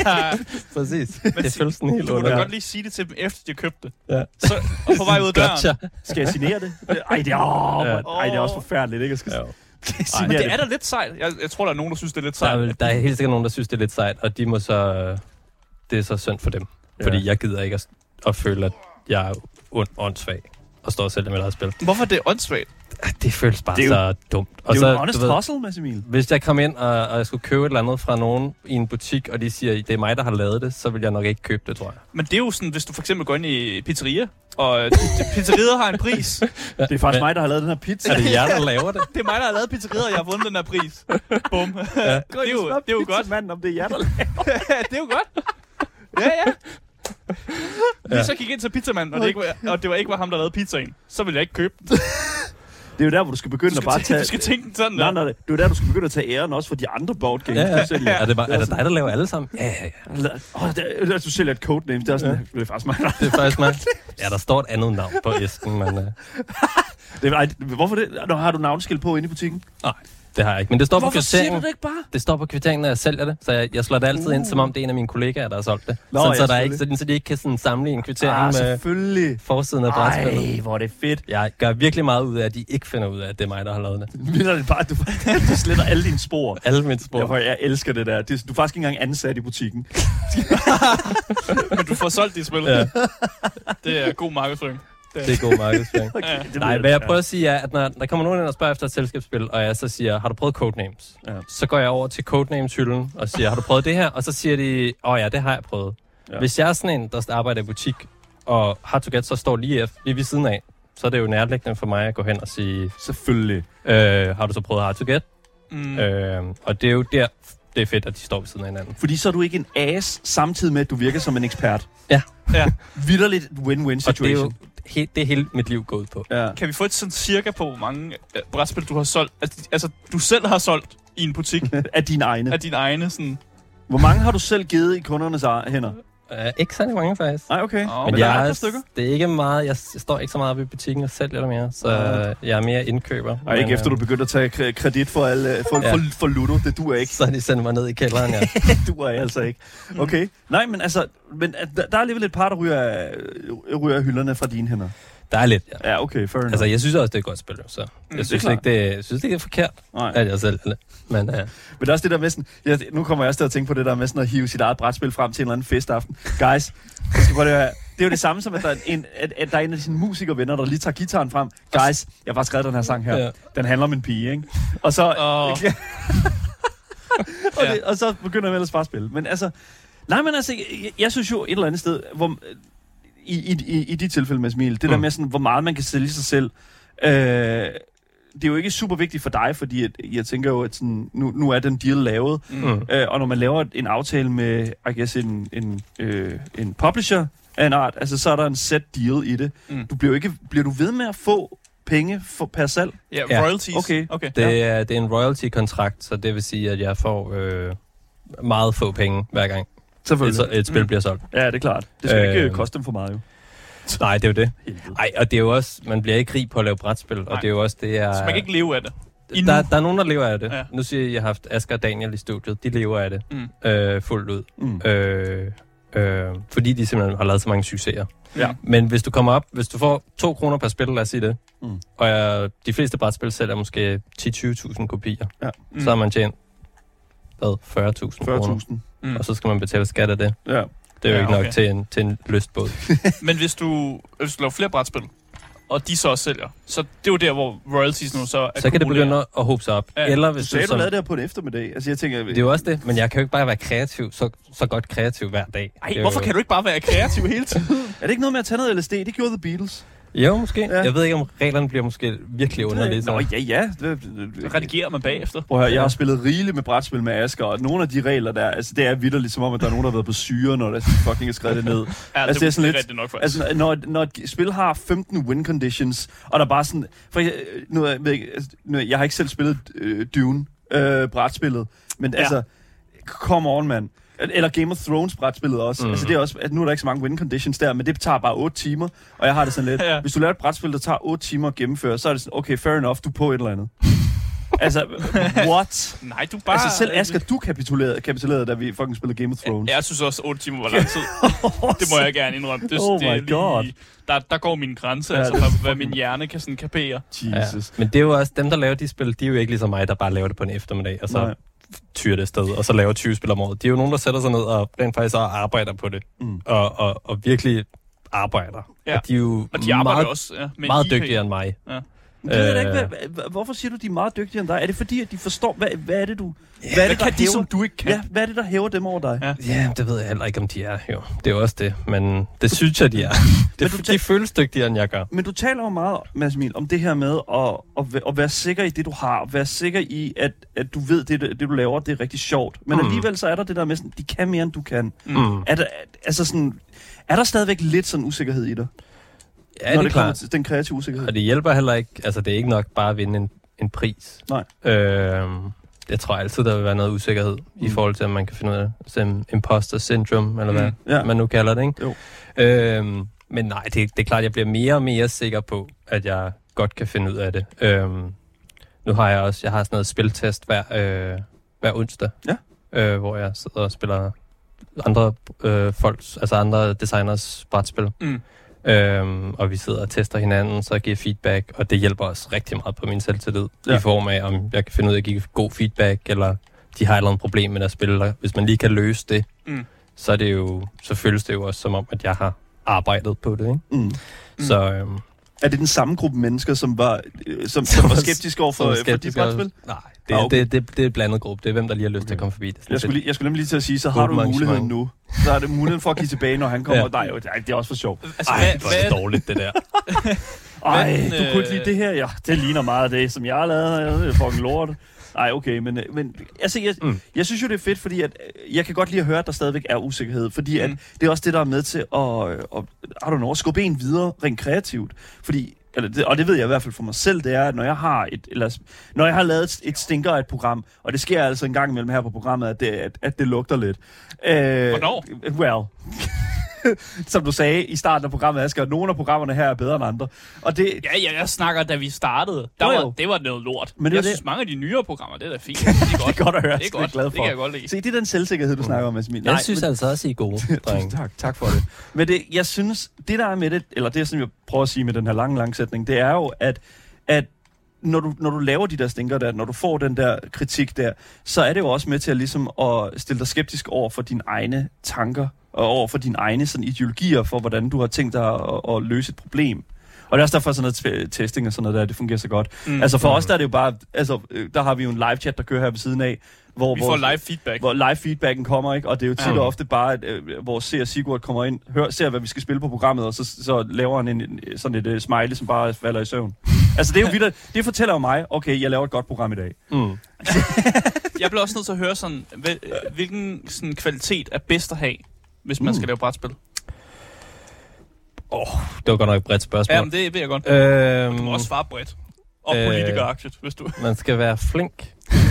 Præcis. Men det føles sådan helt du under. Du må godt lige sige det til dem, efter de har købt det. Ja. Så, og på vej ud af døren. Gotcha. Skal jeg signere det? Ej, det er, åh, ja. Ej, det er også forfærdeligt, ikke? Jeg skal... Ja. Ej, men det er da lidt sejt. Jeg, jeg tror, der er nogen, der synes, det er lidt sejt. Der er, der er helt sikkert nogen, der synes, det er lidt sejt, og de må så... Det er så synd for dem. Ja. Fordi jeg gider ikke at, at føle, at jeg er ond, åndssvag og står og sælger mit eget spil. Hvorfor er det åndssvagt? Det føles bare det jo, så dumt. Og det er så, jo en honest hustle, Mads Emil. Hvis jeg kom ind, og, og jeg skulle købe et eller andet fra nogen i en butik, og de siger, det er mig, der har lavet det, så vil jeg nok ikke købe det, tror jeg. Men det er jo sådan, hvis du for eksempel går ind i pizzeria, og pizzeriet har en pris. Ja, det er faktisk men, mig, der har lavet den her pizza. Er det jer, der laver det? Det er mig, der har lavet pizzeriet, og jeg har vundet den her pris. Bum. Ja. Det er jo, det er jo godt. Manden, om det er jer, der laver det. er jo godt. Ja, ja. Hvis ja. jeg gik ind til pizzamanden, og det, ikke var, og det var ikke var ham, der lavede pizzaen, så ville jeg ikke købe den. Det er jo der, hvor du skal begynde du skal at bare tage... Du skal tænke den sådan nej, nej, det er jo der, du skal begynde at tage æren også for de andre boardgames. Ja, ja. ja. Er, det bare, er det dig, der laver alle sammen? Ja, ja, ja. Åh, oh, du sælger et codename. Det er, sådan, ja. det er faktisk mig. Det er faktisk mig. Ja, der står et andet navn på æsken, men... Uh... det, ej, hvorfor det? Nå, har du navneskilt på inde i butikken? Nej. Det har jeg ikke, men det står Hvorfor på kvitteringen. Hvorfor siger du det ikke bare? Det står på kvitteringen, når jeg sælger det, så jeg, jeg slår det altid uh. ind, som om det er en af mine kollegaer, der har solgt det. Nå, sådan, så, der er ikke, så, så de ikke kan sådan sammenligne kvitteringen ah, med forsiden af brætspillet. Ej, hvor er det fedt. Jeg gør virkelig meget ud af, at de ikke finder ud af, at det er mig, der har lavet det. Mener det bare, at du, du sletter alle dine spor. Alle mine spor. Derfor, jeg elsker det der. Du er faktisk ikke engang ansat i butikken. Men du får solgt dit spil. Ja. Det er god markedsføring. Det er god markedsføring. Okay, ja. Nej, hvad jeg prøver at sige er, at når der kommer nogen ind og spørger efter et selskabsspil, og jeg så siger, har du prøvet Codenames? Ja. Så går jeg over til Codenames-hylden og siger, har du prøvet det her? Og så siger de, åh oh, ja, det har jeg prøvet. Ja. Hvis jeg er sådan en, der arbejder i butik, og Hard to Get så står lige, efter, lige ved siden af, så er det jo nærliggende for mig at gå hen og sige, selvfølgelig, øh, har du så prøvet Hard to Get? Mm. Øh, og det er jo der, det er fedt, at de står ved siden af hinanden. Fordi så er du ikke en as, samtidig med, at du virker som en ekspert. Ja. Ja. Vitterligt win-win situation. Og det er jo he- det er hele mit liv gået på. Ja. Kan vi få et sådan cirka på, hvor mange uh, brætspil du har solgt? Altså, altså, du selv har solgt i en butik? Af dine egne? Af dine egne, sådan... Hvor mange har du selv givet i kundernes hænder? Uh, ikke særlig mange, faktisk. Nej, okay. Oh, men, men der jeg er et er, par stykker. det er ikke meget... Jeg, jeg står ikke så meget ved butikken og sælger det mere, så uh, jeg er mere indkøber. Og ikke men, efter du begyndte at tage k- kredit for, alle, for, Ja. for, for Ludo. Det duer ikke. Så de sender mig ned i kælderen, ja. Det duer jeg altså ikke. Okay. Nej, men altså... Men der der er alligevel et par, der ryger, af- ryger af hylderne fra dine hænder. Der er lidt, ja. Ja, okay. Fair enough. Altså, jeg synes også, det er et godt spil, så det er jeg synes klart. ikke, det, jeg synes ikke, det er forkert, Nej. at jeg selv det. Men ja. Men der er også det der med sådan... Ja, nu kommer jeg også til at tænke på det der med sådan at hive sit eget brætspil frem til en eller anden festaften. Guys, jeg skal prøve det her. Det er jo det samme som, at der er en, at, at der er en af sine musikervenner, der lige tager gitaren frem. Guys, jeg har bare skrevet den her sang her. Ja. Den handler om en pige, ikke? Og så... Åh. og, det, og så begynder jeg ellers bare at spille. Men altså... Nej, men altså, jeg, jeg synes jo et eller andet sted, hvor... I, i, i, i de tilfælde med Smil, det mm. der med sådan, hvor meget man kan sælge sig selv, øh, det er jo ikke super vigtigt for dig, fordi at, jeg tænker jo, at sådan, nu, nu er den deal lavet, Mm. øh, og når man laver en aftale med, I guess, en, en, øh, en publisher af en art, altså så er der en set deal i det. Mm. Du bliver jo ikke, bliver du ved med at få penge for, per salg? Ja, Ja. royalties. Okay. okay. Det, er, det er en royalty-kontrakt, så det vil sige, at jeg får øh, meget få penge hver gang Selvfølgelig. et, et spil Mm. bliver solgt. Ja, det er klart. Det skal øh, Øh, ikke koste dem for meget, jo. Nej, det er jo det. Helvede. Ej, og det er jo også, man bliver ikke rig på at lave brætspil, og Nej. det er jo også det, jeg... Så man kan ikke leve af det. Endnu. Der, der er nogen, der lever af det. Ja. Ja. Nu siger jeg, at jeg har haft Asger og Daniel i studiet. De lever af det Mm. øh, fuldt ud. Mm. Øh, øh, fordi de simpelthen har lavet så mange succeser. Ja. Men hvis du kommer op, hvis du får to kroner per spil, lad os sige det, Mm. og øh, de fleste brætspil sælger måske ti til tyve tusind kopier, Ja. Mm. så har man tjent hvad, fyrre tusind fyrre kroner. tusind. Mm. Og så skal man betale skat af det. Ja. Det er jo Ja, ikke nok okay. til en, til en lystbåd. Men hvis du, hvis du laver flere brætspil, og de så også sælger, så det er jo der, hvor royalties nu så Så kan det begynde at hobe sig op. Ja. Eller Du hvis sagde, du som, lavede det her på en eftermiddag. Altså, jeg tænker... det er jo også det, men jeg kan jo ikke bare være kreativ, så, så godt kreativ hver dag. Ej, Det er hvorfor jo, kan du ikke bare være kreativ hele tiden? Er det ikke noget med at tage noget L S D? Det gjorde The Beatles. Jo, måske. Ja. Ja. Jeg ved ikke, om reglerne bliver måske virkelig underlige. Nå, Så. ja, ja. Det, Så redigerer man bagefter. Prøv at høre, jeg har spillet rigeligt med brætspil med Asger, og nogle af de regler der, altså det er vitterligt som om, at der er nogen, der har været på syre, når der fucking er skrevet det ned. Ja, Altså, det er sådan lidt- rigtigt nok faktisk. Altså, når, når et spil har femten win conditions, og der er bare sådan... For jeg, nu, er jeg, ved ikke, altså, nu, jeg har ikke selv spillet øh, Dune, øh, brætspillet, men Ja. ja. altså, come on, mand. Eller Game of Thrones brætspillet også. Mhm. Mm. Altså det er også, at nu er der ikke så mange win conditions der, men det tager bare otte timer, og jeg har det sådan lidt. Ja. Hvis du laver et brætspil, der tager otte timer at gennemføre, så er det sådan, okay, fair enough, du er på et eller andet. Altså, what? Nej, du bare... Altså selv Asger, du kapitulerede, kapitulerede, da vi fucking spillede Game of Thrones. Jeg synes også, otte timer var lang tid. Det må jeg gerne indrømme. Det, Oh det er my God. Der, der går min grænse, Ja, altså, det er hvad, hvad min hjerne kan sådan kapere. Jesus. Ja. Men det er jo også, dem der laver de spil, de er jo ikke ligesom mig, der bare laver det på en eftermiddag, og så Nej. tyrer det afsted, og så laver tyve spil om året. De er jo nogen, der sætter sig ned og rent faktisk også arbejder på det, Mm. og, og, og virkelig arbejder. Ja. Og de er jo Og de arbejder meget, også ja, med meget I P. dygtigere end mig. Ja. Det ved jeg da ikke, Øh. hvad, hvad, hvorfor siger du, de er meget dygtigere end dig? Er det fordi, at de forstår, hvad, hvad er det, du... Hvad er Hvad det, der kan de, hæver, som du ikke kan? ja, hvad er det, der hæver dem over dig? Ja. Ja, det ved jeg heller ikke, om de er. Jo, det er jo også det, men det synes jeg, de er. Men det, du de føles dygtigere, end jeg gør. Men du taler jo meget, Mads Emil, om det her med at, at, væ- at være sikker i det, du har. At være sikker i, at, at du ved, det, det du laver, det er rigtig sjovt. Men Mm. alligevel så er der det der med, sådan, de kan mere, end du kan. Mm. Er der, altså sådan, er der stadigvæk lidt sådan usikkerhed i dig? Ja, når det er det kommer klart. til den kreative usikkerhed? Og det hjælper heller ikke, altså det er ikke nok bare at vinde en, en pris. Nej. Øhm, jeg tror altid, der vil være noget usikkerhed mm. i Mm. forhold til, om man kan finde ud af det. Som imposter syndrome, eller Mm. hvad Ja. man nu kalder det, ikke? Jo. Øhm, men nej, det, det er klart, jeg bliver mere og mere sikker på, at jeg godt kan finde ud af det. Øhm, nu har jeg også, jeg har sådan noget spiltest hver, øh, hver onsdag, Ja. øh, hvor jeg sidder og spiller andre øh, folks, altså andre designers brætspil. Mm. Øhm, og vi sidder og tester hinanden, så jeg giver feedback, og det hjælper os rigtig meget på min selvtillid, Ja. ja. i form af, om jeg kan finde ud af at give god feedback, eller de har et eller andet problem med at spille. Hvis man lige kan løse det, Mm. så, er det jo, så føles det jo også som om, at jeg har arbejdet på det. Ikke? Mm. Mm. Så øhm, Er det den samme gruppe mennesker, som var, øh, som, som var skeptiske over for, så for de skeptisk også- brætspil? Nej, det, Ah, ah, okay. okay. det, det, det er et blandet gruppe. Det er hvem, der lige har lyst okay. til at komme forbi. Det er sådan Jeg skulle, lidt- lige, jeg skulle nemlig lige til at sige, så har Åben du muligheden arrangement. nu. Så er det muligheden for at give tilbage, når han kommer. Ja. Nej, jo, det er- det er også for sjov. Altså, Ej, hvad, hvor er det hvad, dårligt, det der. Ej, Men, du kunne ikke øh, lide det her? Ja, det ligner meget af det, som jeg har lavet. Det er fucking lort. Nej, okay, men, men altså, jeg, mm. Mm. jeg synes jo, det er fedt, fordi at, øh, jeg kan godt lide at høre, at der stadigvæk er usikkerhed. Fordi at, Mm. det er også det, der er med til at, øh, at, I don't know, at skubbe en videre rent kreativt. Fordi, eller det, og det ved jeg i hvert fald for mig selv, det er, at når jeg har et, eller, når jeg har lavet et, et stinker af et program, og det sker altså en gang imellem her på programmet, at det, at, at det lugter lidt. Øh, Hvornår? Well... som du sagde i starten af programmet, Asger, at nogle af programmerne her er bedre end andre. Og det... Ja, ja, jeg snakker, da vi startede. Der var, det var noget lort. Men det jeg det... synes, mange af de nyere programmer, det er da fint. Det er godt, det er godt at høre. Det er godt. Glad for. Det kan jeg godt lide. Se, det er den selvsikkerhed, du mm. snakker om, Mads Emil. Jeg Nej, synes men... altså også, I er gode, drenge. tak, tak for det. Men det, jeg synes, det der er med det, eller det, som jeg prøver at sige med den her lange, lange sætning, det er jo, at, at når du, når du laver de der stinker der, når du får den der kritik der, så er det jo også med til at, ligesom, at stille dig skeptisk over for dine egne tanker, og over for dine egne sådan, ideologier for, hvordan du har tænkt dig at, at løse et problem. Og det er også derfor sådan noget testing og sådan noget der, det fungerer så godt. Mm. Altså for mm. os, der er det jo bare, altså der har vi jo en live chat, der kører her ved siden af, hvor vi får live feedback. Hvor live feedbacken kommer, ikke? Og det er jo tit og ofte bare, at øh, vores seer Sigurd kommer ind, hør, ser, hvad vi skal spille på programmet, og så, så laver han en, en, sådan et uh, smiley, som bare falder i søvn. Altså det er jo vildt, det fortæller jo mig, okay, jeg laver et godt program i dag. Mm. Jeg bliver også nødt til at høre sådan, hvilken sådan, kvalitet er bedst at have, hvis man mm. skal lave brætspil. Åh, oh, det var godt nok et bredt spørgsmål. Ja, men det ved jeg godt. Øhm, du må også svare bredt. Og øh, politikeraktiet, hvis du... Man skal være flink.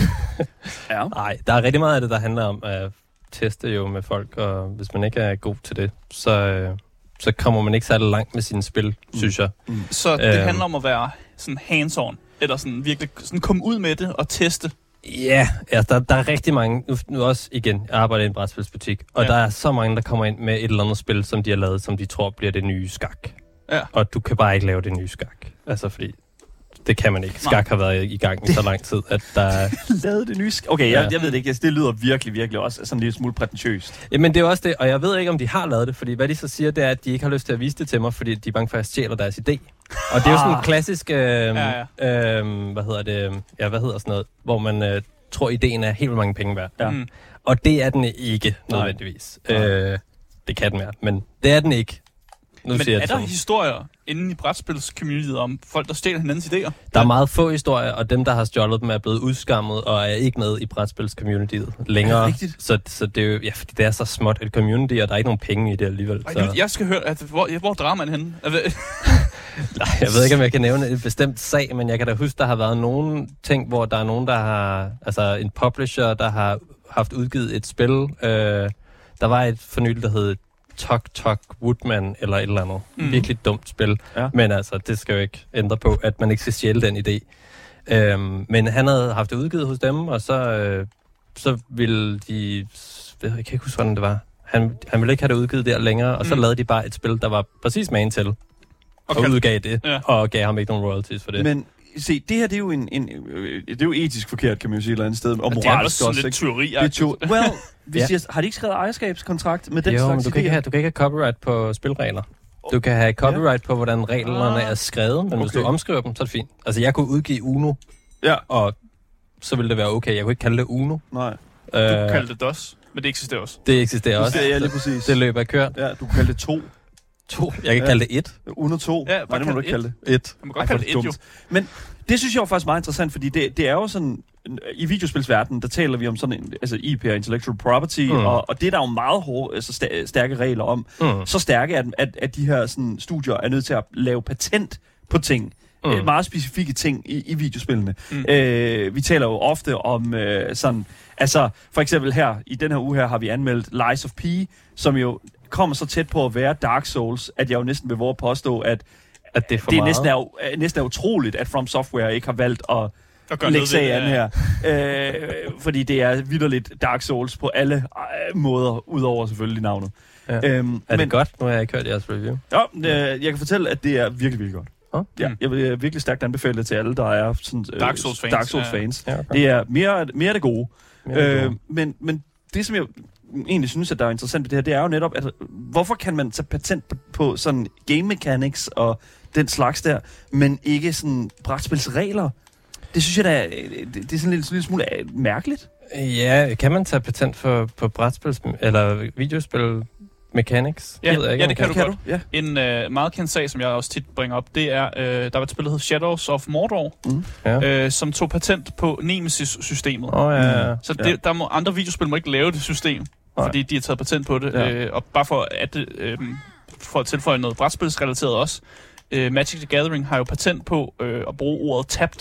Ja. Nej, der er rigtig meget af det, der handler om at teste jo med folk, og hvis man ikke er god til det, så, øh, så kommer man ikke særlig langt med sine spil, mm. synes jeg. Mm. Så det øhm, handler om at være sådan hands-on, eller sådan virkelig sådan komme ud med det og teste? Ja, altså, der, der er rigtig mange, nu, nu også igen, jeg arbejder i en brætspilsbutik, og ja. Der er så mange, der kommer ind med et eller andet spil, som de har lavet, som de tror bliver det nye skak. Ja. Og du kan bare ikke lave det nye skak. Altså fordi, det kan man ikke. Skak har været i gang i så lang tid, at der er... Lavet det nye skak? Okay, jeg, ja. jeg ved det ikke. Det lyder virkelig, virkelig også sådan en lille smule prætentiøst. Jamen det er også det, og jeg ved ikke, om de har lavet det, fordi hvad de så siger, det er, at de ikke har lyst til at vise det til mig, fordi de er bange for, at jeg stjæler deres idé. Og det er jo sådan en klassisk, øh, ja, ja. Øh, hvad hedder det, ja, hvad hedder sådan noget, hvor man øh, tror, ideen er helt vildt mange penge værd. Ja. Mm. Og det er den ikke nødvendigvis. Øh, det kan den være, men det er den ikke. Nu men siger er der historier inden i brætspils-communityet om folk, der stjæler hinandens idéer? Der er meget få historier, og dem, der har stjålet dem, er blevet udskammet og er ikke med i brætspils-communityet længere. Er det så, så det er jo, ja, fordi det er så småt et community, og der er ikke nogen penge i det alligevel. Ej, så. Jeg skal høre, at, hvor, hvor drager man henne? Nej, jeg ved ikke, om jeg kan nævne et bestemt sag, men jeg kan da huske, der har været nogle ting, hvor der er nogen, der har, altså en publisher, der har haft udgivet et spil. Øh, der var et fornyligt, der hed Tok Tok Woodman eller et eller andet. Mm. Virkelig dumt spil. Ja. Men altså, det skal jo ikke ændre på, at man ikke skal stjæle den idé. Øhm, men han havde haft det udgivet hos dem, og så, øh, så ville de... Jeg kan ikke huske, hvordan det var. Han, han ville ikke have det udgivet der længere, og mm. så lavede de bare et spil, der var præcis magen til. Og, og udgav det, ja. Og gav ham ikke nogen royalties for det. Men se, det her, det er jo en, en det er jo etisk forkert, kan man jo sige et eller andet sted. Og det er også sådan lidt teori. Well, hvis ja. jeg, har de ikke skrevet ejerskabskontrakt med den jo, slags men du kan, ikke have, du kan ikke have copyright på spilregler. Du kan have copyright ja. På, hvordan reglerne er skrevet, men okay. Hvis du omskriver dem, så er det fint. Altså, jeg kunne udgive Uno, ja. Og så ville det være okay. Jeg kunne ikke kalde det Uno. Nej. Du øh, kunne kalde det D O S, men det eksisterer også. Det eksisterer også. Det er lige præcis. Det løber af kørt. Ja, du kan kalde det to. To? Jeg kan ja. Kalde det et. Uno to. Ja, nej, det må du ikke kalde det. Et. Man må godt kalde det et, jo. Men det synes jeg er faktisk meget interessant, fordi det, det er jo sådan... I videospilsverdenen, der taler vi om sådan en, altså I P, intellectual property, mm. og, og det er der jo meget hårde, altså stær, stærke regler om. Mm. Så stærke, at, at, at de her sådan, studier er nødt til at lave patent på ting. Mm. Øh, meget specifikke ting i, i videospillene. Mm. Øh, vi taler jo ofte om øh, sådan... Altså, for eksempel her, i den her uge her, har vi anmeldt Lies of P, som jo kommer så tæt på at være Dark Souls, at jeg jo næsten vil våge at påstå, at, at det er, for det er meget. næsten, er, næsten er utroligt, at From Software ikke har valgt at lægge sagen ja. Her. Øh, fordi det er vitterligt Dark Souls på alle øh, måder, udover selvfølgelig navnet. Ja. Øhm, er det men, godt? Nu har jeg ikke hørt jeres review. Ja, øh, jeg kan fortælle, at det er virkelig, virkelig godt. Oh. Ja, jeg vil virkelig stærkt anbefale det til alle, der er sådan, øh, Dark Souls fans. Dark Souls fans. Ja. Ja, okay. Det er mere, mere det gode. Mere det gode. Øh, men, men det, som jeg egentlig synes, at der er interessant ved det her, det er jo netop, at hvorfor kan man tage patent på, på sådan game mechanics og den slags der, men ikke sådan brætspilsregler? Det synes jeg da, det, det er sådan en lille, lille smule mærkeligt. Ja, kan man tage patent for, på brætspil eller videospil mechanics? Ja, det, ved jeg ikke, ja, det kan, kan du godt. Ja. En øh, meget kendt sag, som jeg også tit bringer op, det er, øh, der var et spil, der hed Shadows of Mordor, mm. ja. øh, som tog patent på Nemesis-systemet. Oh, ja, ja. Så det, ja. der må andre videospil må ikke lave det system, oh. fordi de har taget patent på det. Ja. Øh, og bare for at, øh, for at tilføje noget brætspilsrelateret også, øh, Magic the Gathering har jo patent på øh, at bruge ordet tabt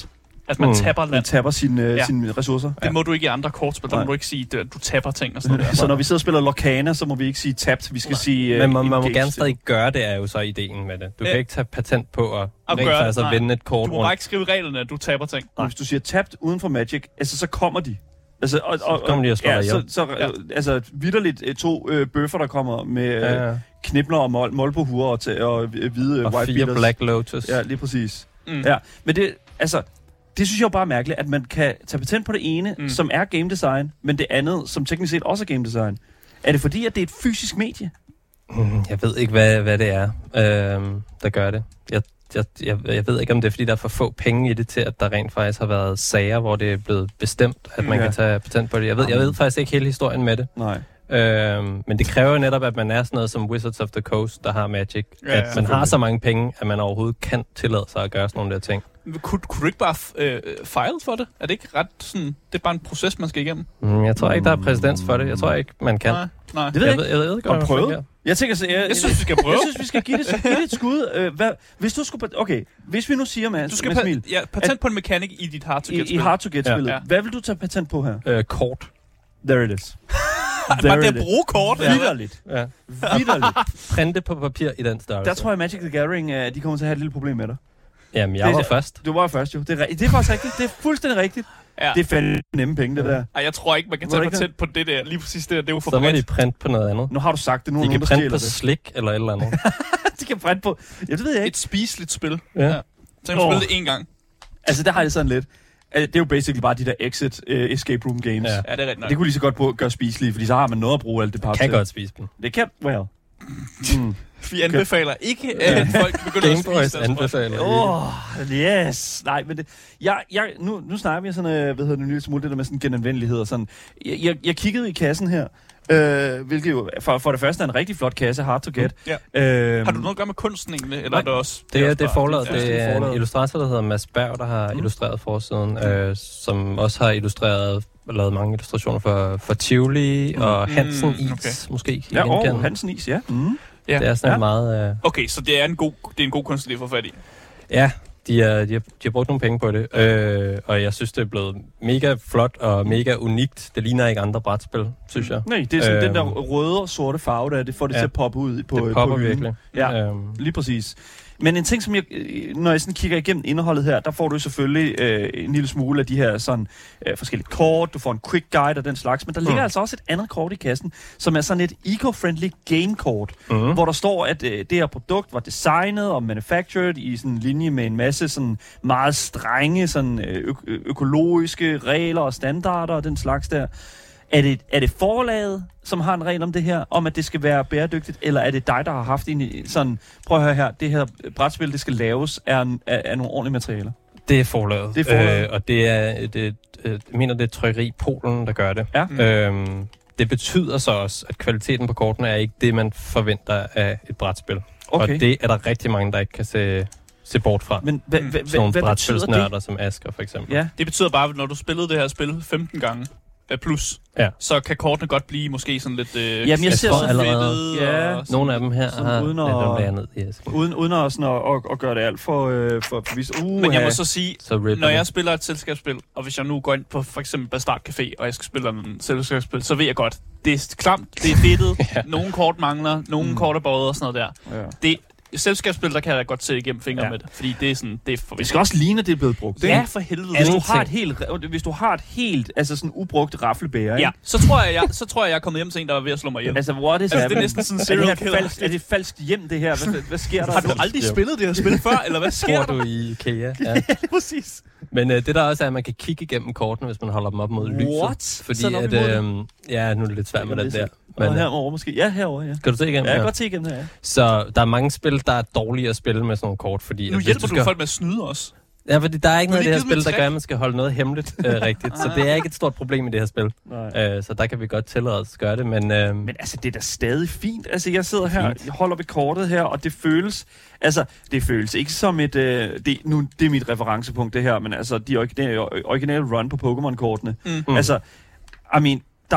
At man Mm. tapper Man land. tapper sine, øh, Ja. sine ressourcer. Det må du ikke i andre kortspil. Der må Nej. du ikke sige, at du tapper ting og sådan noget der. Så når vi sidder og spiller Lorcana, så må vi ikke sige tabt, vi skal Nej. sige... Uh, Men man, man må engaged. gerne stadig gøre det, er jo så ideen med det. Du Ja. kan ikke tage patent på at At rent gøre det, faktisk at nej. vende et kort Du må rundt. bare ikke skrive reglerne, at du tapper ting. Men hvis du siger tabt uden for Magic, altså så kommer de. Altså, og, og, Så kommer de og slår ja, dig så, ihjel. så, Ja. ja. Altså vitterligt øh, to øh, bøffer, der kommer med øh, Ja, ja. knibler og mål, mål på huer og, t- og øh, hvide øh, Og white fire beaters. Black Lotus. Ja, lige præcis. Mm. Ja, men det, altså, det synes jeg jo bare er mærkeligt, at man kan tage patent på det ene, Mm. mm. som er game design, men det andet, som teknisk set også er game design. Er det fordi, at det er et fysisk medie? Mm, Jeg ved ikke, hvad, hvad det er, øhm, der gør det. Jeg, jeg, jeg, jeg ved ikke, om det er, fordi der er for få penge i det til, at der rent faktisk har været sager, hvor det er blevet bestemt, at man Ja. kan tage patent på det. Jeg ved, jeg ved faktisk ikke hele historien med det. Nej. Øhm, men det kræver jo netop, at man er sådan noget som Wizards of the Coast, der har Magic. Ja, Ja, ja, at man har selvfølgelig. så mange penge, at man overhovedet kan tillade sig at gøre sådan nogle der ting. Men Kunne, kunne du ikke bare øh, file for det? Er det ikke ret sådan... Det er bare en proces, man skal igennem. Mm, jeg tror ikke, der er præcedens for det. Jeg tror ikke, man kan. Nej, nej. Det ved jeg jeg, ikke. ved, jeg ved ikke, Har hvad du man prøvet? gør. Jeg tænker, så, jeg, Jeg synes, vi skal prøve. Jeg synes, vi skal give det, give det et skud. Øh, hvad, hvis du skulle... Okay, hvis vi nu siger, Mads, Du skal Mads pa- Emil, ja, patent på en mekanik i dit hard to get i, i Hard to Get-spillet, Ja. ja. hvad vil du tage patent på her? Øh, kort. There it is. Man There kan it is. bruge kort. eller hvad? Vitterligt. Ja. Vitterligt. Printe på papir i den størrelse. Der tror jeg, Magic the Gathering, uh, de kommer til at have et lille problem med dig. Jamen, jeg Det- var først. Du var først jo. Det er, ri- det er faktisk rigtigt. Det er fuldstændig rigtigt. Ja. Det er fandme nemme penge, det der. Ej, jeg tror ikke, man kan Var tage det ikke patent på det der. Lige præcis det der, det er jo for Så må de bredt. printe på noget andet. Nu har du sagt det. Nu er De der kan nogen, der printe stjæler på det. slik eller et eller andet. De kan printe på... Jeg ved jeg ikke. Et spiseligt spil. Ja. Ja. Så kan du Åh. spille det en gang. Altså, der har jeg sådan lidt... Uh, Det er jo basically bare de der exit uh, escape room games. Ja. Ja. Ja, det er rigtigt nok. Det kunne lige så godt på, gøre spiselige, fordi så har man noget at bruge alt det par Kan til. godt spise dem. Det kan... Well. Mm. Vi anbefaler ikke, at folk begynder at Gameboys spise deres anbefaler. Åh, oh, yes. Nej, men det, jeg, jeg, nu, nu snakker vi sådan, øh, hvad hedder det, en lille smule, det der med sådan genanvendelighed og sådan. Jeg, jeg, jeg kiggede i kassen her, øh, hvilket jo for, for det første er en rigtig flot kasse, hard to get. Ja. Øh, Har du noget at gøre med kunsten egentlig? Eller Nej. er det også... Det er, også det er bare- forlaget. Ja. Det er en forlaget. illustrator, der hedder Mads Berg, der har Mm. illustreret forsiden, øh, som også har illustreret lavet mange illustrationer for, for Tivoli og Mm, Hansen Is, okay. måske. I ja, genkende. og Hansen Is, ja. Mm. Ja. Det er sådan Ja. ja. meget... Øh, Okay, så det er en god, det er en god kunst, det er for fat i. ja, de, er, de, har, de har brugt nogle penge på det, øh, og jeg synes, det er blevet mega flot og mega unikt. Det ligner ikke andre brætspil, synes jeg. Nej, det er sådan Øhm. den der røde og sorte farve der, det får det Ja. til at poppe ud på, Det popper på hylden. virkelig. Ja. Øhm, Lige præcis. Men en ting, som jeg, øh, når jeg sådan kigger igennem indholdet her, der får du selvfølgelig øh, en lille smule af de her sådan øh, forskellige kort, du får en quick guide og den slags, men der ligger Mm. altså også et andet kort i kassen, som er sådan et eco-friendly game-kort, mm. hvor der står, at øh, det her produkt var designet og manufactured i sådan en linje med en masse sådan meget strenge sådan øh, ø- økologiske regler og standarder og den slags der. Er det, er det forlaget, som har en regel om det her, om at det skal være bæredygtigt, eller er det dig, der har haft en i- sådan, prøv at høre her, det her brætspil, det skal laves af, af, af nogle ordentlige materialer? Det er forlaget. Det er forlaget. Øh, og det er, det, øh, jeg mener, det er trykkeri Polen, der gør det. Ja. Mm. Øhm, det betyder så også, at kvaliteten på kortene er ikke det, man forventer af et brætspil. Okay. Og det er der rigtig mange, der ikke kan se, se bort fra. Men hvad, Mm. hvad, Sådan nogle hvad, hvad betyder det? brætspilsnørder som Asger, for eksempel. Ja, Det betyder bare, at når du spillede det her spil femten gange, øh, plus, Ja. så kan kortene godt blive måske sådan lidt... Øh, Jamen, jeg Jeg ser tror sådan allerede- Ja, og sådan- Nogle af dem her Sådan har uden lidt at- om det andet i Asger. uden, uden at, sådan at, at, at gøre det alt for, øh, for, for vis. Uh, Men jeg må så sige, Så ripper når det. jeg spiller et selskabsspil, og hvis jeg nu går ind på for eksempel Bastard Café, og jeg skal spille en selskabsspil, så ved jeg godt, det er klamt, det er fedtet, Ja. nogle kort mangler, nogle Mm. mm. kort er bøjet og sådan noget der. Ja. Det selskabsspil, der kan jeg da godt se igennem fingre Ja. ja. med det, fordi det er sådan, det er for Det skal også ligne, at det er blevet brugt. det ikke? er for helvede. Hvis du Anden har et ting. helt, hvis du har et helt, altså sådan ubrugt raflebæger, Ja, ikke? så tror jeg, jeg, så tror jeg, jeg er kommet hjem til en, der var ved at slå mig ihjel. Altså, what is Altså, det er happening? næsten sådan er serial det, her killer. falsk, er det et falsk hjem, det her? Hvad, hvad, hvad sker der? Har du aldrig Ja. spillet det her spil før, eller hvad sker Tror der? du i IKEA? Ja. Præcis. Men øh, det der også er, at man kan kigge igennem kortene, hvis man holder dem op mod lyset. What? Fordi Sådan op at, imod det? øh, ja, nu er det lidt svært med den der. Men, Men, øh, herovre måske. Ja, herover, ja. kan du se igennem? Ja, jeg kan godt se igennem det her. Så der er mange spil, der er dårlige at spille med sådan nogle kort, fordi... Nu at hvis hjælper du skal... folk med at snyde os. Ja, fordi der er ikke Du har noget i det her lige givet spil, dem der et gør, trick. at man skal holde noget hemmeligt øh, rigtigt. Så det er ikke et stort problem i det her spil. Nej. Øh, så der kan vi godt tillade os at gøre det, men... Øh, Men altså, det er da stadig fint. Altså, jeg sidder her, Fint. jeg holder ved kortet her, og det føles... Altså, det føles ikke som et... Øh, det, nu, det er mit referencepunkt, det her, men altså, de originale, originale run på Pokémon-kortene. Mm. Mm. Altså, I mean, der,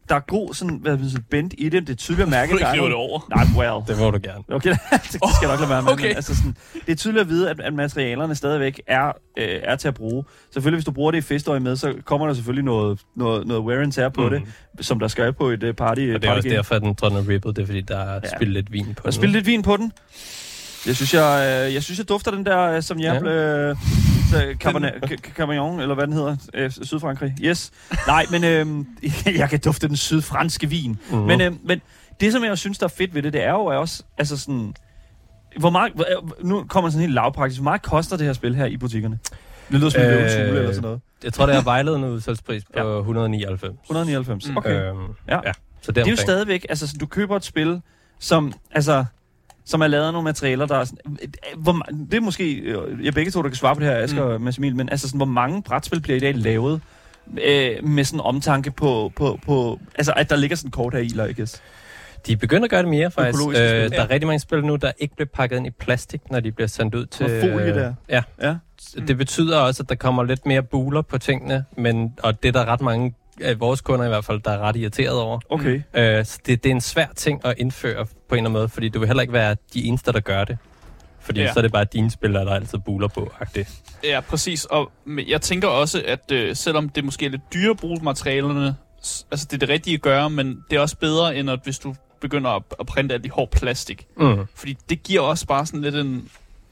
der er god sådan, hvad vil sige, bend i det. Det er tydeligt at mærke, Du der er ikke det noget... over. Nej, well. Det må du gerne. Okay, det skal jeg nok lade være med. Okay. Men, altså sådan, det er tydeligt at vide, at, at materialerne stadigvæk er, øh, er til at bruge. Selvfølgelig, hvis du bruger det i festøje med, så kommer der selvfølgelig noget, noget, noget wear and tear på mm. det, som der skal på et uh, party. Og det er også derfor, at den drønner rippet. Det er, fordi der er ja. spillet lidt vin på der den. spillet lidt vin på den. Jeg synes, jeg, øh, jeg, synes, jeg dufter den der, øh, som jeg... Ja. Øh, Cabernet, eller hvad den hedder, øh, Sydfrankrig. Yes. Nej, men øh, jeg kan dufte den sydfranske vin. Mm-hmm. Men, øh, men det, som jeg synes, der er fedt ved det, det er jo også, altså sådan, hvor meget, nu kommer sådan helt lavpraktisk, hvor meget koster det her spil her i butikkerne? Det lyder som en øh, løvens hule eller sådan noget. Jeg tror, det er vejledende udsalgspris på ja. et hundrede og nioghalvfems. et hundrede og nioghalvfems, okay. Øhm, ja. ja. Så det er jo stadigvæk, altså sådan, du køber et spil, som, altså... som er lavet af nogle materialer, der er sådan... Hvor, det er måske... Jeg begge to, der kan svare på det her, Asger og mm. Mads Emil, men altså sådan, hvor mange brætspil bliver i dag lavet øh, med sådan omtanke på, på, på... Altså, at der ligger sådan kort her i, like, I guess. De begynder at gøre det mere, faktisk. Øh, der ja. er rigtig mange spil nu, der ikke bliver pakket ind i plastik, når de bliver sendt ud til... Og folie der. Ja. ja. Det betyder også, at der kommer lidt mere buler på tingene, men, og det er der ret mange af vores kunder i hvert fald, der er ret irriteret over. Okay. Øh, så det, det er en svær ting at indføre på en eller anden måde, fordi du vil heller ikke være de eneste, der gør det. Fordi ja. så er det bare dine spillere, der altid buler på. -agtigt. Ja, præcis. Og jeg tænker også, at øh, selvom det måske er lidt dyre at bruge materialerne, altså det er det rigtige at gøre, men det er også bedre, end at hvis du begynder at, at printe alt i hård plastik. Mm. Fordi det giver også bare sådan lidt en...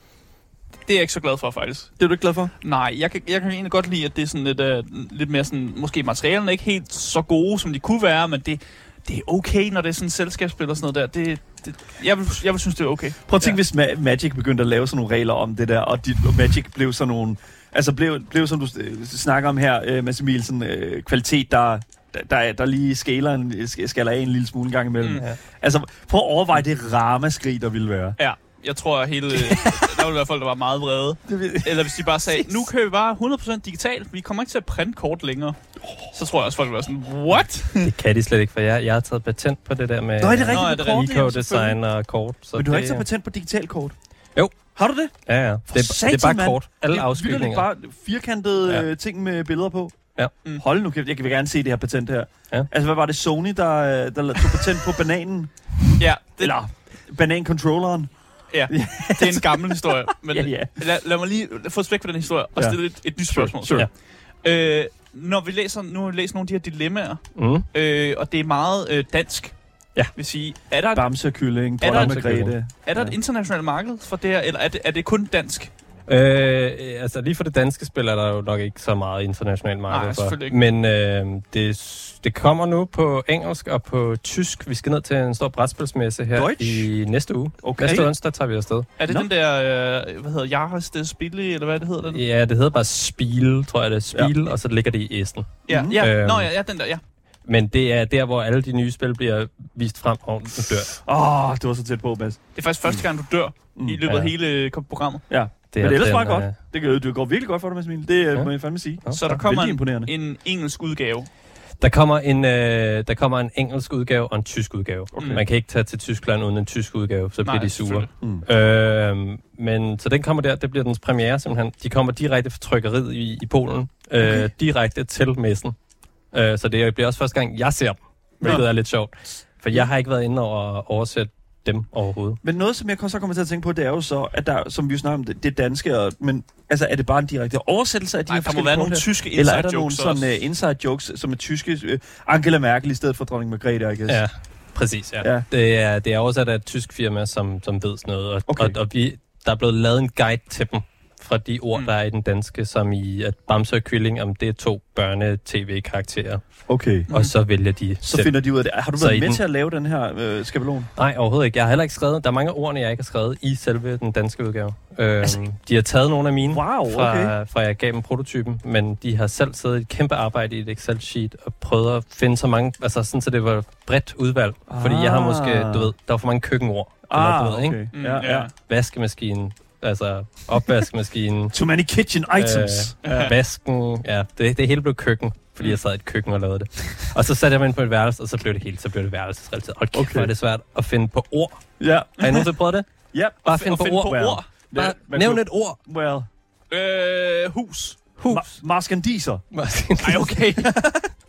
Det er jeg ikke så glad for, faktisk. Det er du ikke glad for? Nej, jeg kan, jeg kan egentlig godt lide, at det er sådan lidt, uh, lidt mere sådan... Måske materialerne er ikke helt så gode, som de kunne være, men det, det er okay, når det er sådan et selskabsspil og sådan noget der. Det, det, jeg, vil, jeg vil synes, det er okay. Prøv at tænke, ja. hvis Ma- Magic begyndte at lave sådan nogle regler om det der, og, de, og Magic blev sådan nogle... Altså blev, blev som du øh, snakker om her, øh, Mads Emil, sådan øh, kvalitet, der... Der, der lige skaler en, skaler af en lille smule en gang imellem. Mm. Altså, prøv at overveje det ramaskrig, der ville være. Ja, jeg tror, at hele... der ville være folk, der var meget vrede. Eller hvis de bare sagde, nu kører vi bare hundrede procent digitalt, vi kommer ikke til at printe kort længere. Så tror jeg også, folk vil være sådan, what? Det kan de slet ikke, for jeg, jeg har taget patent på det der med... Nå, er det rigtigt med kort? Eco-design og kort. Så men du har ikke taget patent på digital kort? Jo. Har du det? Ja, ja. Det, det er bare man. Kort. Alle afskygninger. Det er bare firkantede ja. ting med billeder på. Ja. Mm. Hold nu kæft, jeg vil gerne se det her patent her. Ja. Altså, hvad var det? Sony, der, der tog patent på bananen? Ja. Det... Eller banan-controlleren? Ja, det er en gammel historie. Men ja, ja. Lad, lad mig lige få spæk for den historie og ja. stille et, et nyt spørgsmål. Sure, sure. Ja. Øh, når vi læser, nu har vi læst nogle af de her dilemmaer, mm. øh, og det er meget øh, dansk, ja. vil sige, er der... Bamsekylling, Drømmegrete. Er der et internationalt marked for det her, eller er det, er det kun dansk? Øh, altså lige for det danske spil er der jo nok ikke så meget internationalt marked for. Nej, ikke. Men øh, det, det kommer nu på engelsk og på tysk. Vi skal ned til en stor brætspilsmesse her Deutsch? i næste uge. Okay. Næste onsdag tager vi afsted. Er det Nå? den der, øh, hvad hedder, Jares det Spille, eller hvad det hedder den? Ja, det hedder bare Spiel, tror jeg det er. Spiel, ja. Og så ligger det i Esten. Ja, mm-hmm. ja. Øhm, Nå ja, ja, den der, ja. Men det er der, hvor alle de nye spil bliver vist frem, og du dør. Åh, oh, det var så tæt på, Mads. Det er faktisk første gang, du dør mm. i løbet af ja. hele programmet. Ja. Det men det er ellers den, meget godt. Det, gør, det går virkelig godt for dig, Mads Emil. Det ja. må jeg fandme sige. Ja. Så der kommer en, en engelsk udgave. Der kommer en, øh, der kommer en engelsk udgave og en tysk udgave. Okay. Man kan ikke tage til Tyskland uden en tysk udgave, så bliver Nej, de sure. Mm. Øh, men så den kommer der, det bliver dens premiere simpelthen. De kommer direkte fra trykkeriet i, i Polen, okay. øh, direkte til messen. Øh, så det bliver også første gang, jeg ser dem, hvilket ja. er lidt sjovt. For jeg har ikke været inde og oversætte dem overhovedet. Men noget, som jeg så kommer til at tænke på, det er jo så, at der, som vi jo snakker om, det, det er danske, og, men altså, er det bare en direkte oversættelse af de Ej, her der må være nogle tyske inside eller er der jokes nogle sådan uh, inside jokes, som er tyske? Uh, Angela Merkel i stedet for dronning Margrethe, I guess. Ja, præcis, ja. ja. Det, er, det er oversat af et tysk firma, som, som ved sådan noget, og, okay. og, og vi, der er blevet lavet en guide til dem, fra de ord, mm. der er i den danske, som i at Bamse og Kylling, om det er to børne-tv-karakterer. Okay. Og så vælger de Så selv. Finder de ud af det. Har du været med den... til at lave den her øh, skabelon? Nej, overhovedet ikke. Jeg har heller ikke skrevet. Der er mange af ordene, jeg ikke har skrevet i selve den danske udgave. Øhm, altså... De har taget nogle af mine, wow, fra, okay. fra jeg gav dem prototypen, men de har selv siddet et kæmpe arbejde i et Excel-sheet og prøvet at finde så mange, altså sådan, så det var bredt udvalg. Ah. Fordi jeg har måske, du ved, der var for mange køkkenord. Ah, eller, du ved, okay. Ikke? Mm, ja, ja. Vaskemaskinen. Altså opvaskemaskinen. Too many kitchen items. Øh, ja. Vasken. Ja, det, det hele blev køkken, fordi jeg sad i et køkken og lavede det. Og så satte jeg mig ind på et værelse, og så blev det helt, så blev det værelsesrelateret. Hold kæft, okay. Var det svært at finde på ord. Ja. Har I nogensinde prøvet det? Ja. Bare finde på, finde ord. på ord. Bare yeah. nævn et ord. Well. Øh, hus. Hus. Ma- Marskandiser. Nej, okay.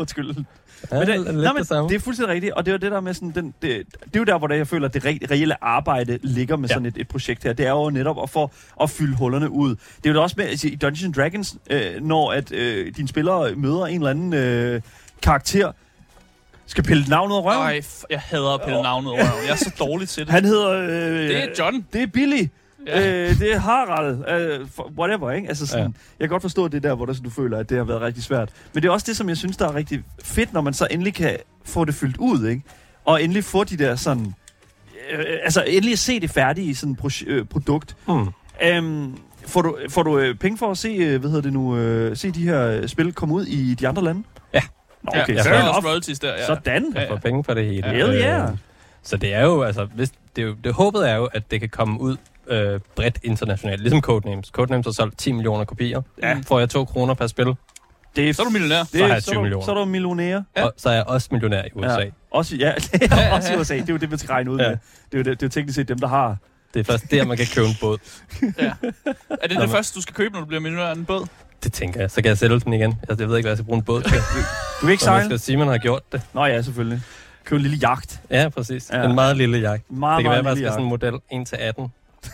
Undskyld. Ja, men det, lidt nej, men det samme. det er fuldstændig rigtigt, og det er jo det der med sådan, den, det, det er jo der, hvor der, jeg føler, at det re- reelle arbejde ligger med ja. sådan et, et projekt her. Det er jo netop at få at fylde hullerne ud. Det er jo det også med, altså, i Dungeons and Dragons, øh, når at øh, dine spillere møder en eller anden øh, karakter, skal pille navnet over røven. Ej, f- jeg hader at pille oh. navnet over røven. Jeg er så dårlig til det. Han hedder... Øh, det er John. Det er Billy. Ja. Øh, det er Harald. Øh, whatever, ikke? Altså sådan, ja. Jeg kan godt forstå det der, hvor der, sådan, du føler, at det har været rigtig svært. Men det er også det, som jeg synes, der er rigtig fedt, når man så endelig kan få det fyldt ud, ikke? Og endelig få de der sådan... Øh, altså endelig se det færdige sådan pro- øh, produkt. Mm. Øhm, får du, får du øh, penge for at se, øh, hvad hedder det nu, øh, se de her spil komme ud i de andre lande? Ja. Nå, okay, ja, fair jeg enough. også royalties der, ja. Sådan. Jeg får penge for det hele. Hell yeah. Øh, så det er jo, altså, hvis, det, er jo, det håbet er jo, at det kan komme ud øh, bredt internationalt. Ligesom Codenames. Codenames har solgt ti millioner kopier. Ja. Får jeg to kroner per spil, Det er, så er du millionær. Det, Så har jeg så tyve er du- millioner. Så er du millionær. Ja. og så er jeg også millionær i U S A. Ja. Også, ja, også i U S A. Det er jo det, man skal regne ud Ja. med. Det er jo, det, det er jo teknisk set dem, der har... Det er først der, man kan købe en båd. Ja. Er det det første, du skal købe, når du bliver millionær, en båd? Det tænker jeg. Så kan jeg sælge den igen. Altså, jeg ved ikke, hvad jeg skal bruge en båd til. Du kan ikke Og man sejle? skal sige, at man har gjort det. Nå ja, selvfølgelig. Køb en lille jagt. Ja, præcis. Ja. Ja. En meget lille jagt. Meget, Det kan være, meget at lille jeg skal jagt. sådan en model en til atten.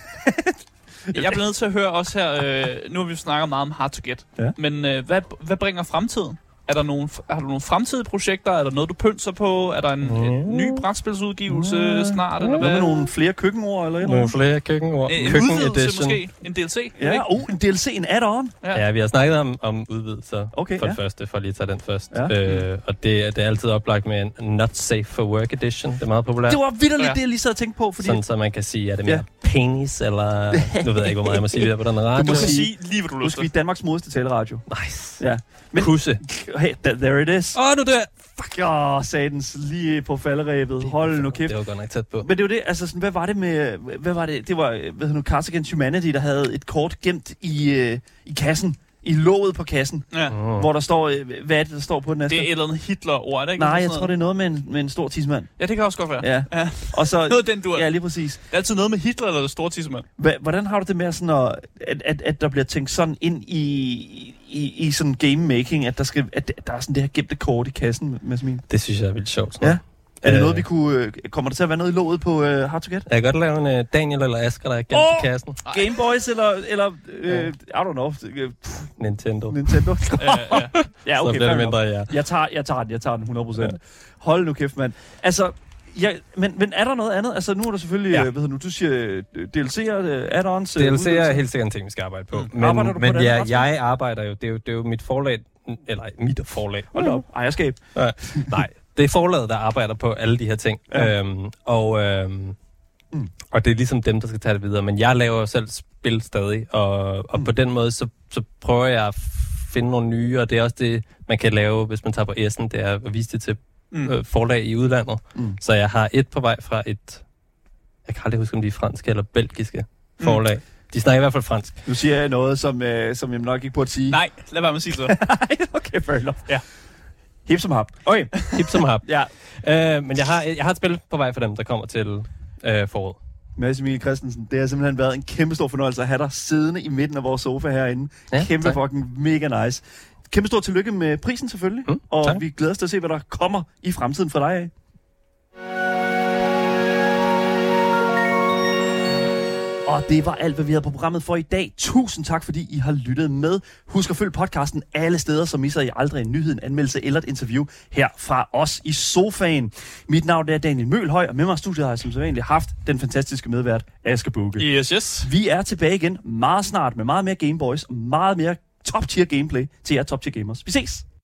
Jeg bliver nødt til at høre også her, øh, nu har vi jo snakket meget om Hard to Get, Ja. men øh, hvad, hvad bringer fremtiden? Er der nogle, har du nogle fremtidige projekter? Er der noget, du pynser på? Er der en, en ny brætspilsudgivelse snart? Eller Hvad hvad? med nogle flere køkkenord eller et Nogle eller flere køkkenord. En Køkken udvidelse edition. måske? En D L C? andet? Ja, oh, en D L C, en add-on. Ja. Ja, vi har snakket om, om udvidelser Okay, for ja. det første, for lige at tage den først. Ja. Øh, og det, det er altid oplagt med en Not Safe for Work edition. Det er meget populært. Det var vitterligt Ja. det, jeg lige sad og tænkte på, fordi... Sådan, så man kan sige, er det mere Ja. penis, eller... Nu ved jeg ikke, hvor meget jeg må sige det her på den radio. Du kan sige- sige lige, hvad du Nu lyst skal vi til. i Danmarks modigste taleradio. Nice. Ja. Men- Kusse. Hey, th- there it is. Åh, oh, nu dør jeg. Fuck, åh, satans, lige på falderæbet. Hold nu kæft. Det var godt nok tæt på. Men det er jo det, altså sådan, hvad var det med, hvad var det, det var, hvad hedder nu, Cards Against Humanity, der havde et kort gemt i, øh, i kassen, i låget på kassen, Ja. Mm. hvor der står, øh, hvad er det, der står på den næste? Det er et eller andet Hitler-ord, er det ikke? Nej, jeg Sådan tror, det er noget med en, med en stor tidsmand. Ja, det kan også godt være. Ja. Ja. Og så, Noget den, du er. ja, lige præcis. Det er altid noget med Hitler eller det store tissemand. Hva, hvordan har du det med sådan at, at, at, at der bliver tænkt sådan ind i, i, i sådan game making, at der, skal, at der er sådan det her gemte kort i kassen med Smil? Det synes jeg er vildt sjovt. Ja. Er det Øh. noget, vi kunne... øh, Kommer der til at være noget i låget på uh, Hard to Get? Jeg kan godt lave en uh, Daniel eller Asger, der er gemt Åh! i kassen. Game Boys eller... eller øh, I don't know. øh, Nintendo. Nintendo. Ja, ja. Ja, Så okay, bliver fair det enough. mindre, ja. Jeg tager, jeg tager den, jeg tager den hundrede procent. Ja. Hold nu kæft, mand. Altså, jeg, men, men er der noget andet? Altså, nu er der selvfølgelig, Ja. ja. hvad hedder nu, du siger øh, D L C'er, øh, add-ons. D øh, L C er udvidelser. helt sikkert en ting, vi skal arbejde på. Mm. Men, Arbejder du på men det ja, andet jeg arbejder jo, det er jo, det er jo mit forlag, eller mit forlag. Hold da op. Ejerskab. Ja. Nej, det er forlaget, der arbejder på alle de her ting. Ja. Ja. Øhm, og, øhm, Mm. og det er ligesom dem, der skal tage det videre. Men jeg laver jo selv spil stadig, og, og Mm. på den måde, så, så prøver jeg at finde nogle nye, og det er også det, man kan lave, hvis man tager på S'en, det er at vise det til Mm. øh, forlag i udlandet. Mm. Så jeg har et på vej fra et, jeg kan aldrig huske, om de er franske eller belgiske forlag. Mm. De snakker i hvert fald fransk. Nu siger jeg noget, som, øh, som jeg nok ikke burde sige. Nej, lad være med at sige så. Nej, okay, fair enough. Ja. Hip som hap. Okay. Hip som hap. Ja. Øh, men jeg har, jeg har et spil på vej for dem, der kommer til øh, foråret. Mads Emil Christensen, det har simpelthen været en kæmpe stor fornøjelse at have dig siddende i midten af vores sofa herinde. Ja, Kæmpe tak. fucking mega nice. Kæmpe stor tillykke med prisen selvfølgelig. Mm, og tak. vi glæder os til at se, hvad der kommer i fremtiden fra dig af. Og det var alt, hvad vi havde på programmet for i dag. Tusind tak, fordi I har lyttet med. Husk at følge podcasten alle steder, så misser I aldrig en nyhed, en anmeldelse eller et interview her fra os i sofaen. Mit navn er Daniel Mølhøj, og med mig i studiet har jeg som sædvanligt haft den fantastiske medvært Asger Bukke. Yes, yes. Vi er tilbage igen meget snart med meget mere Game Boys og meget mere top-tier gameplay til jer top-tier gamers. Vi ses!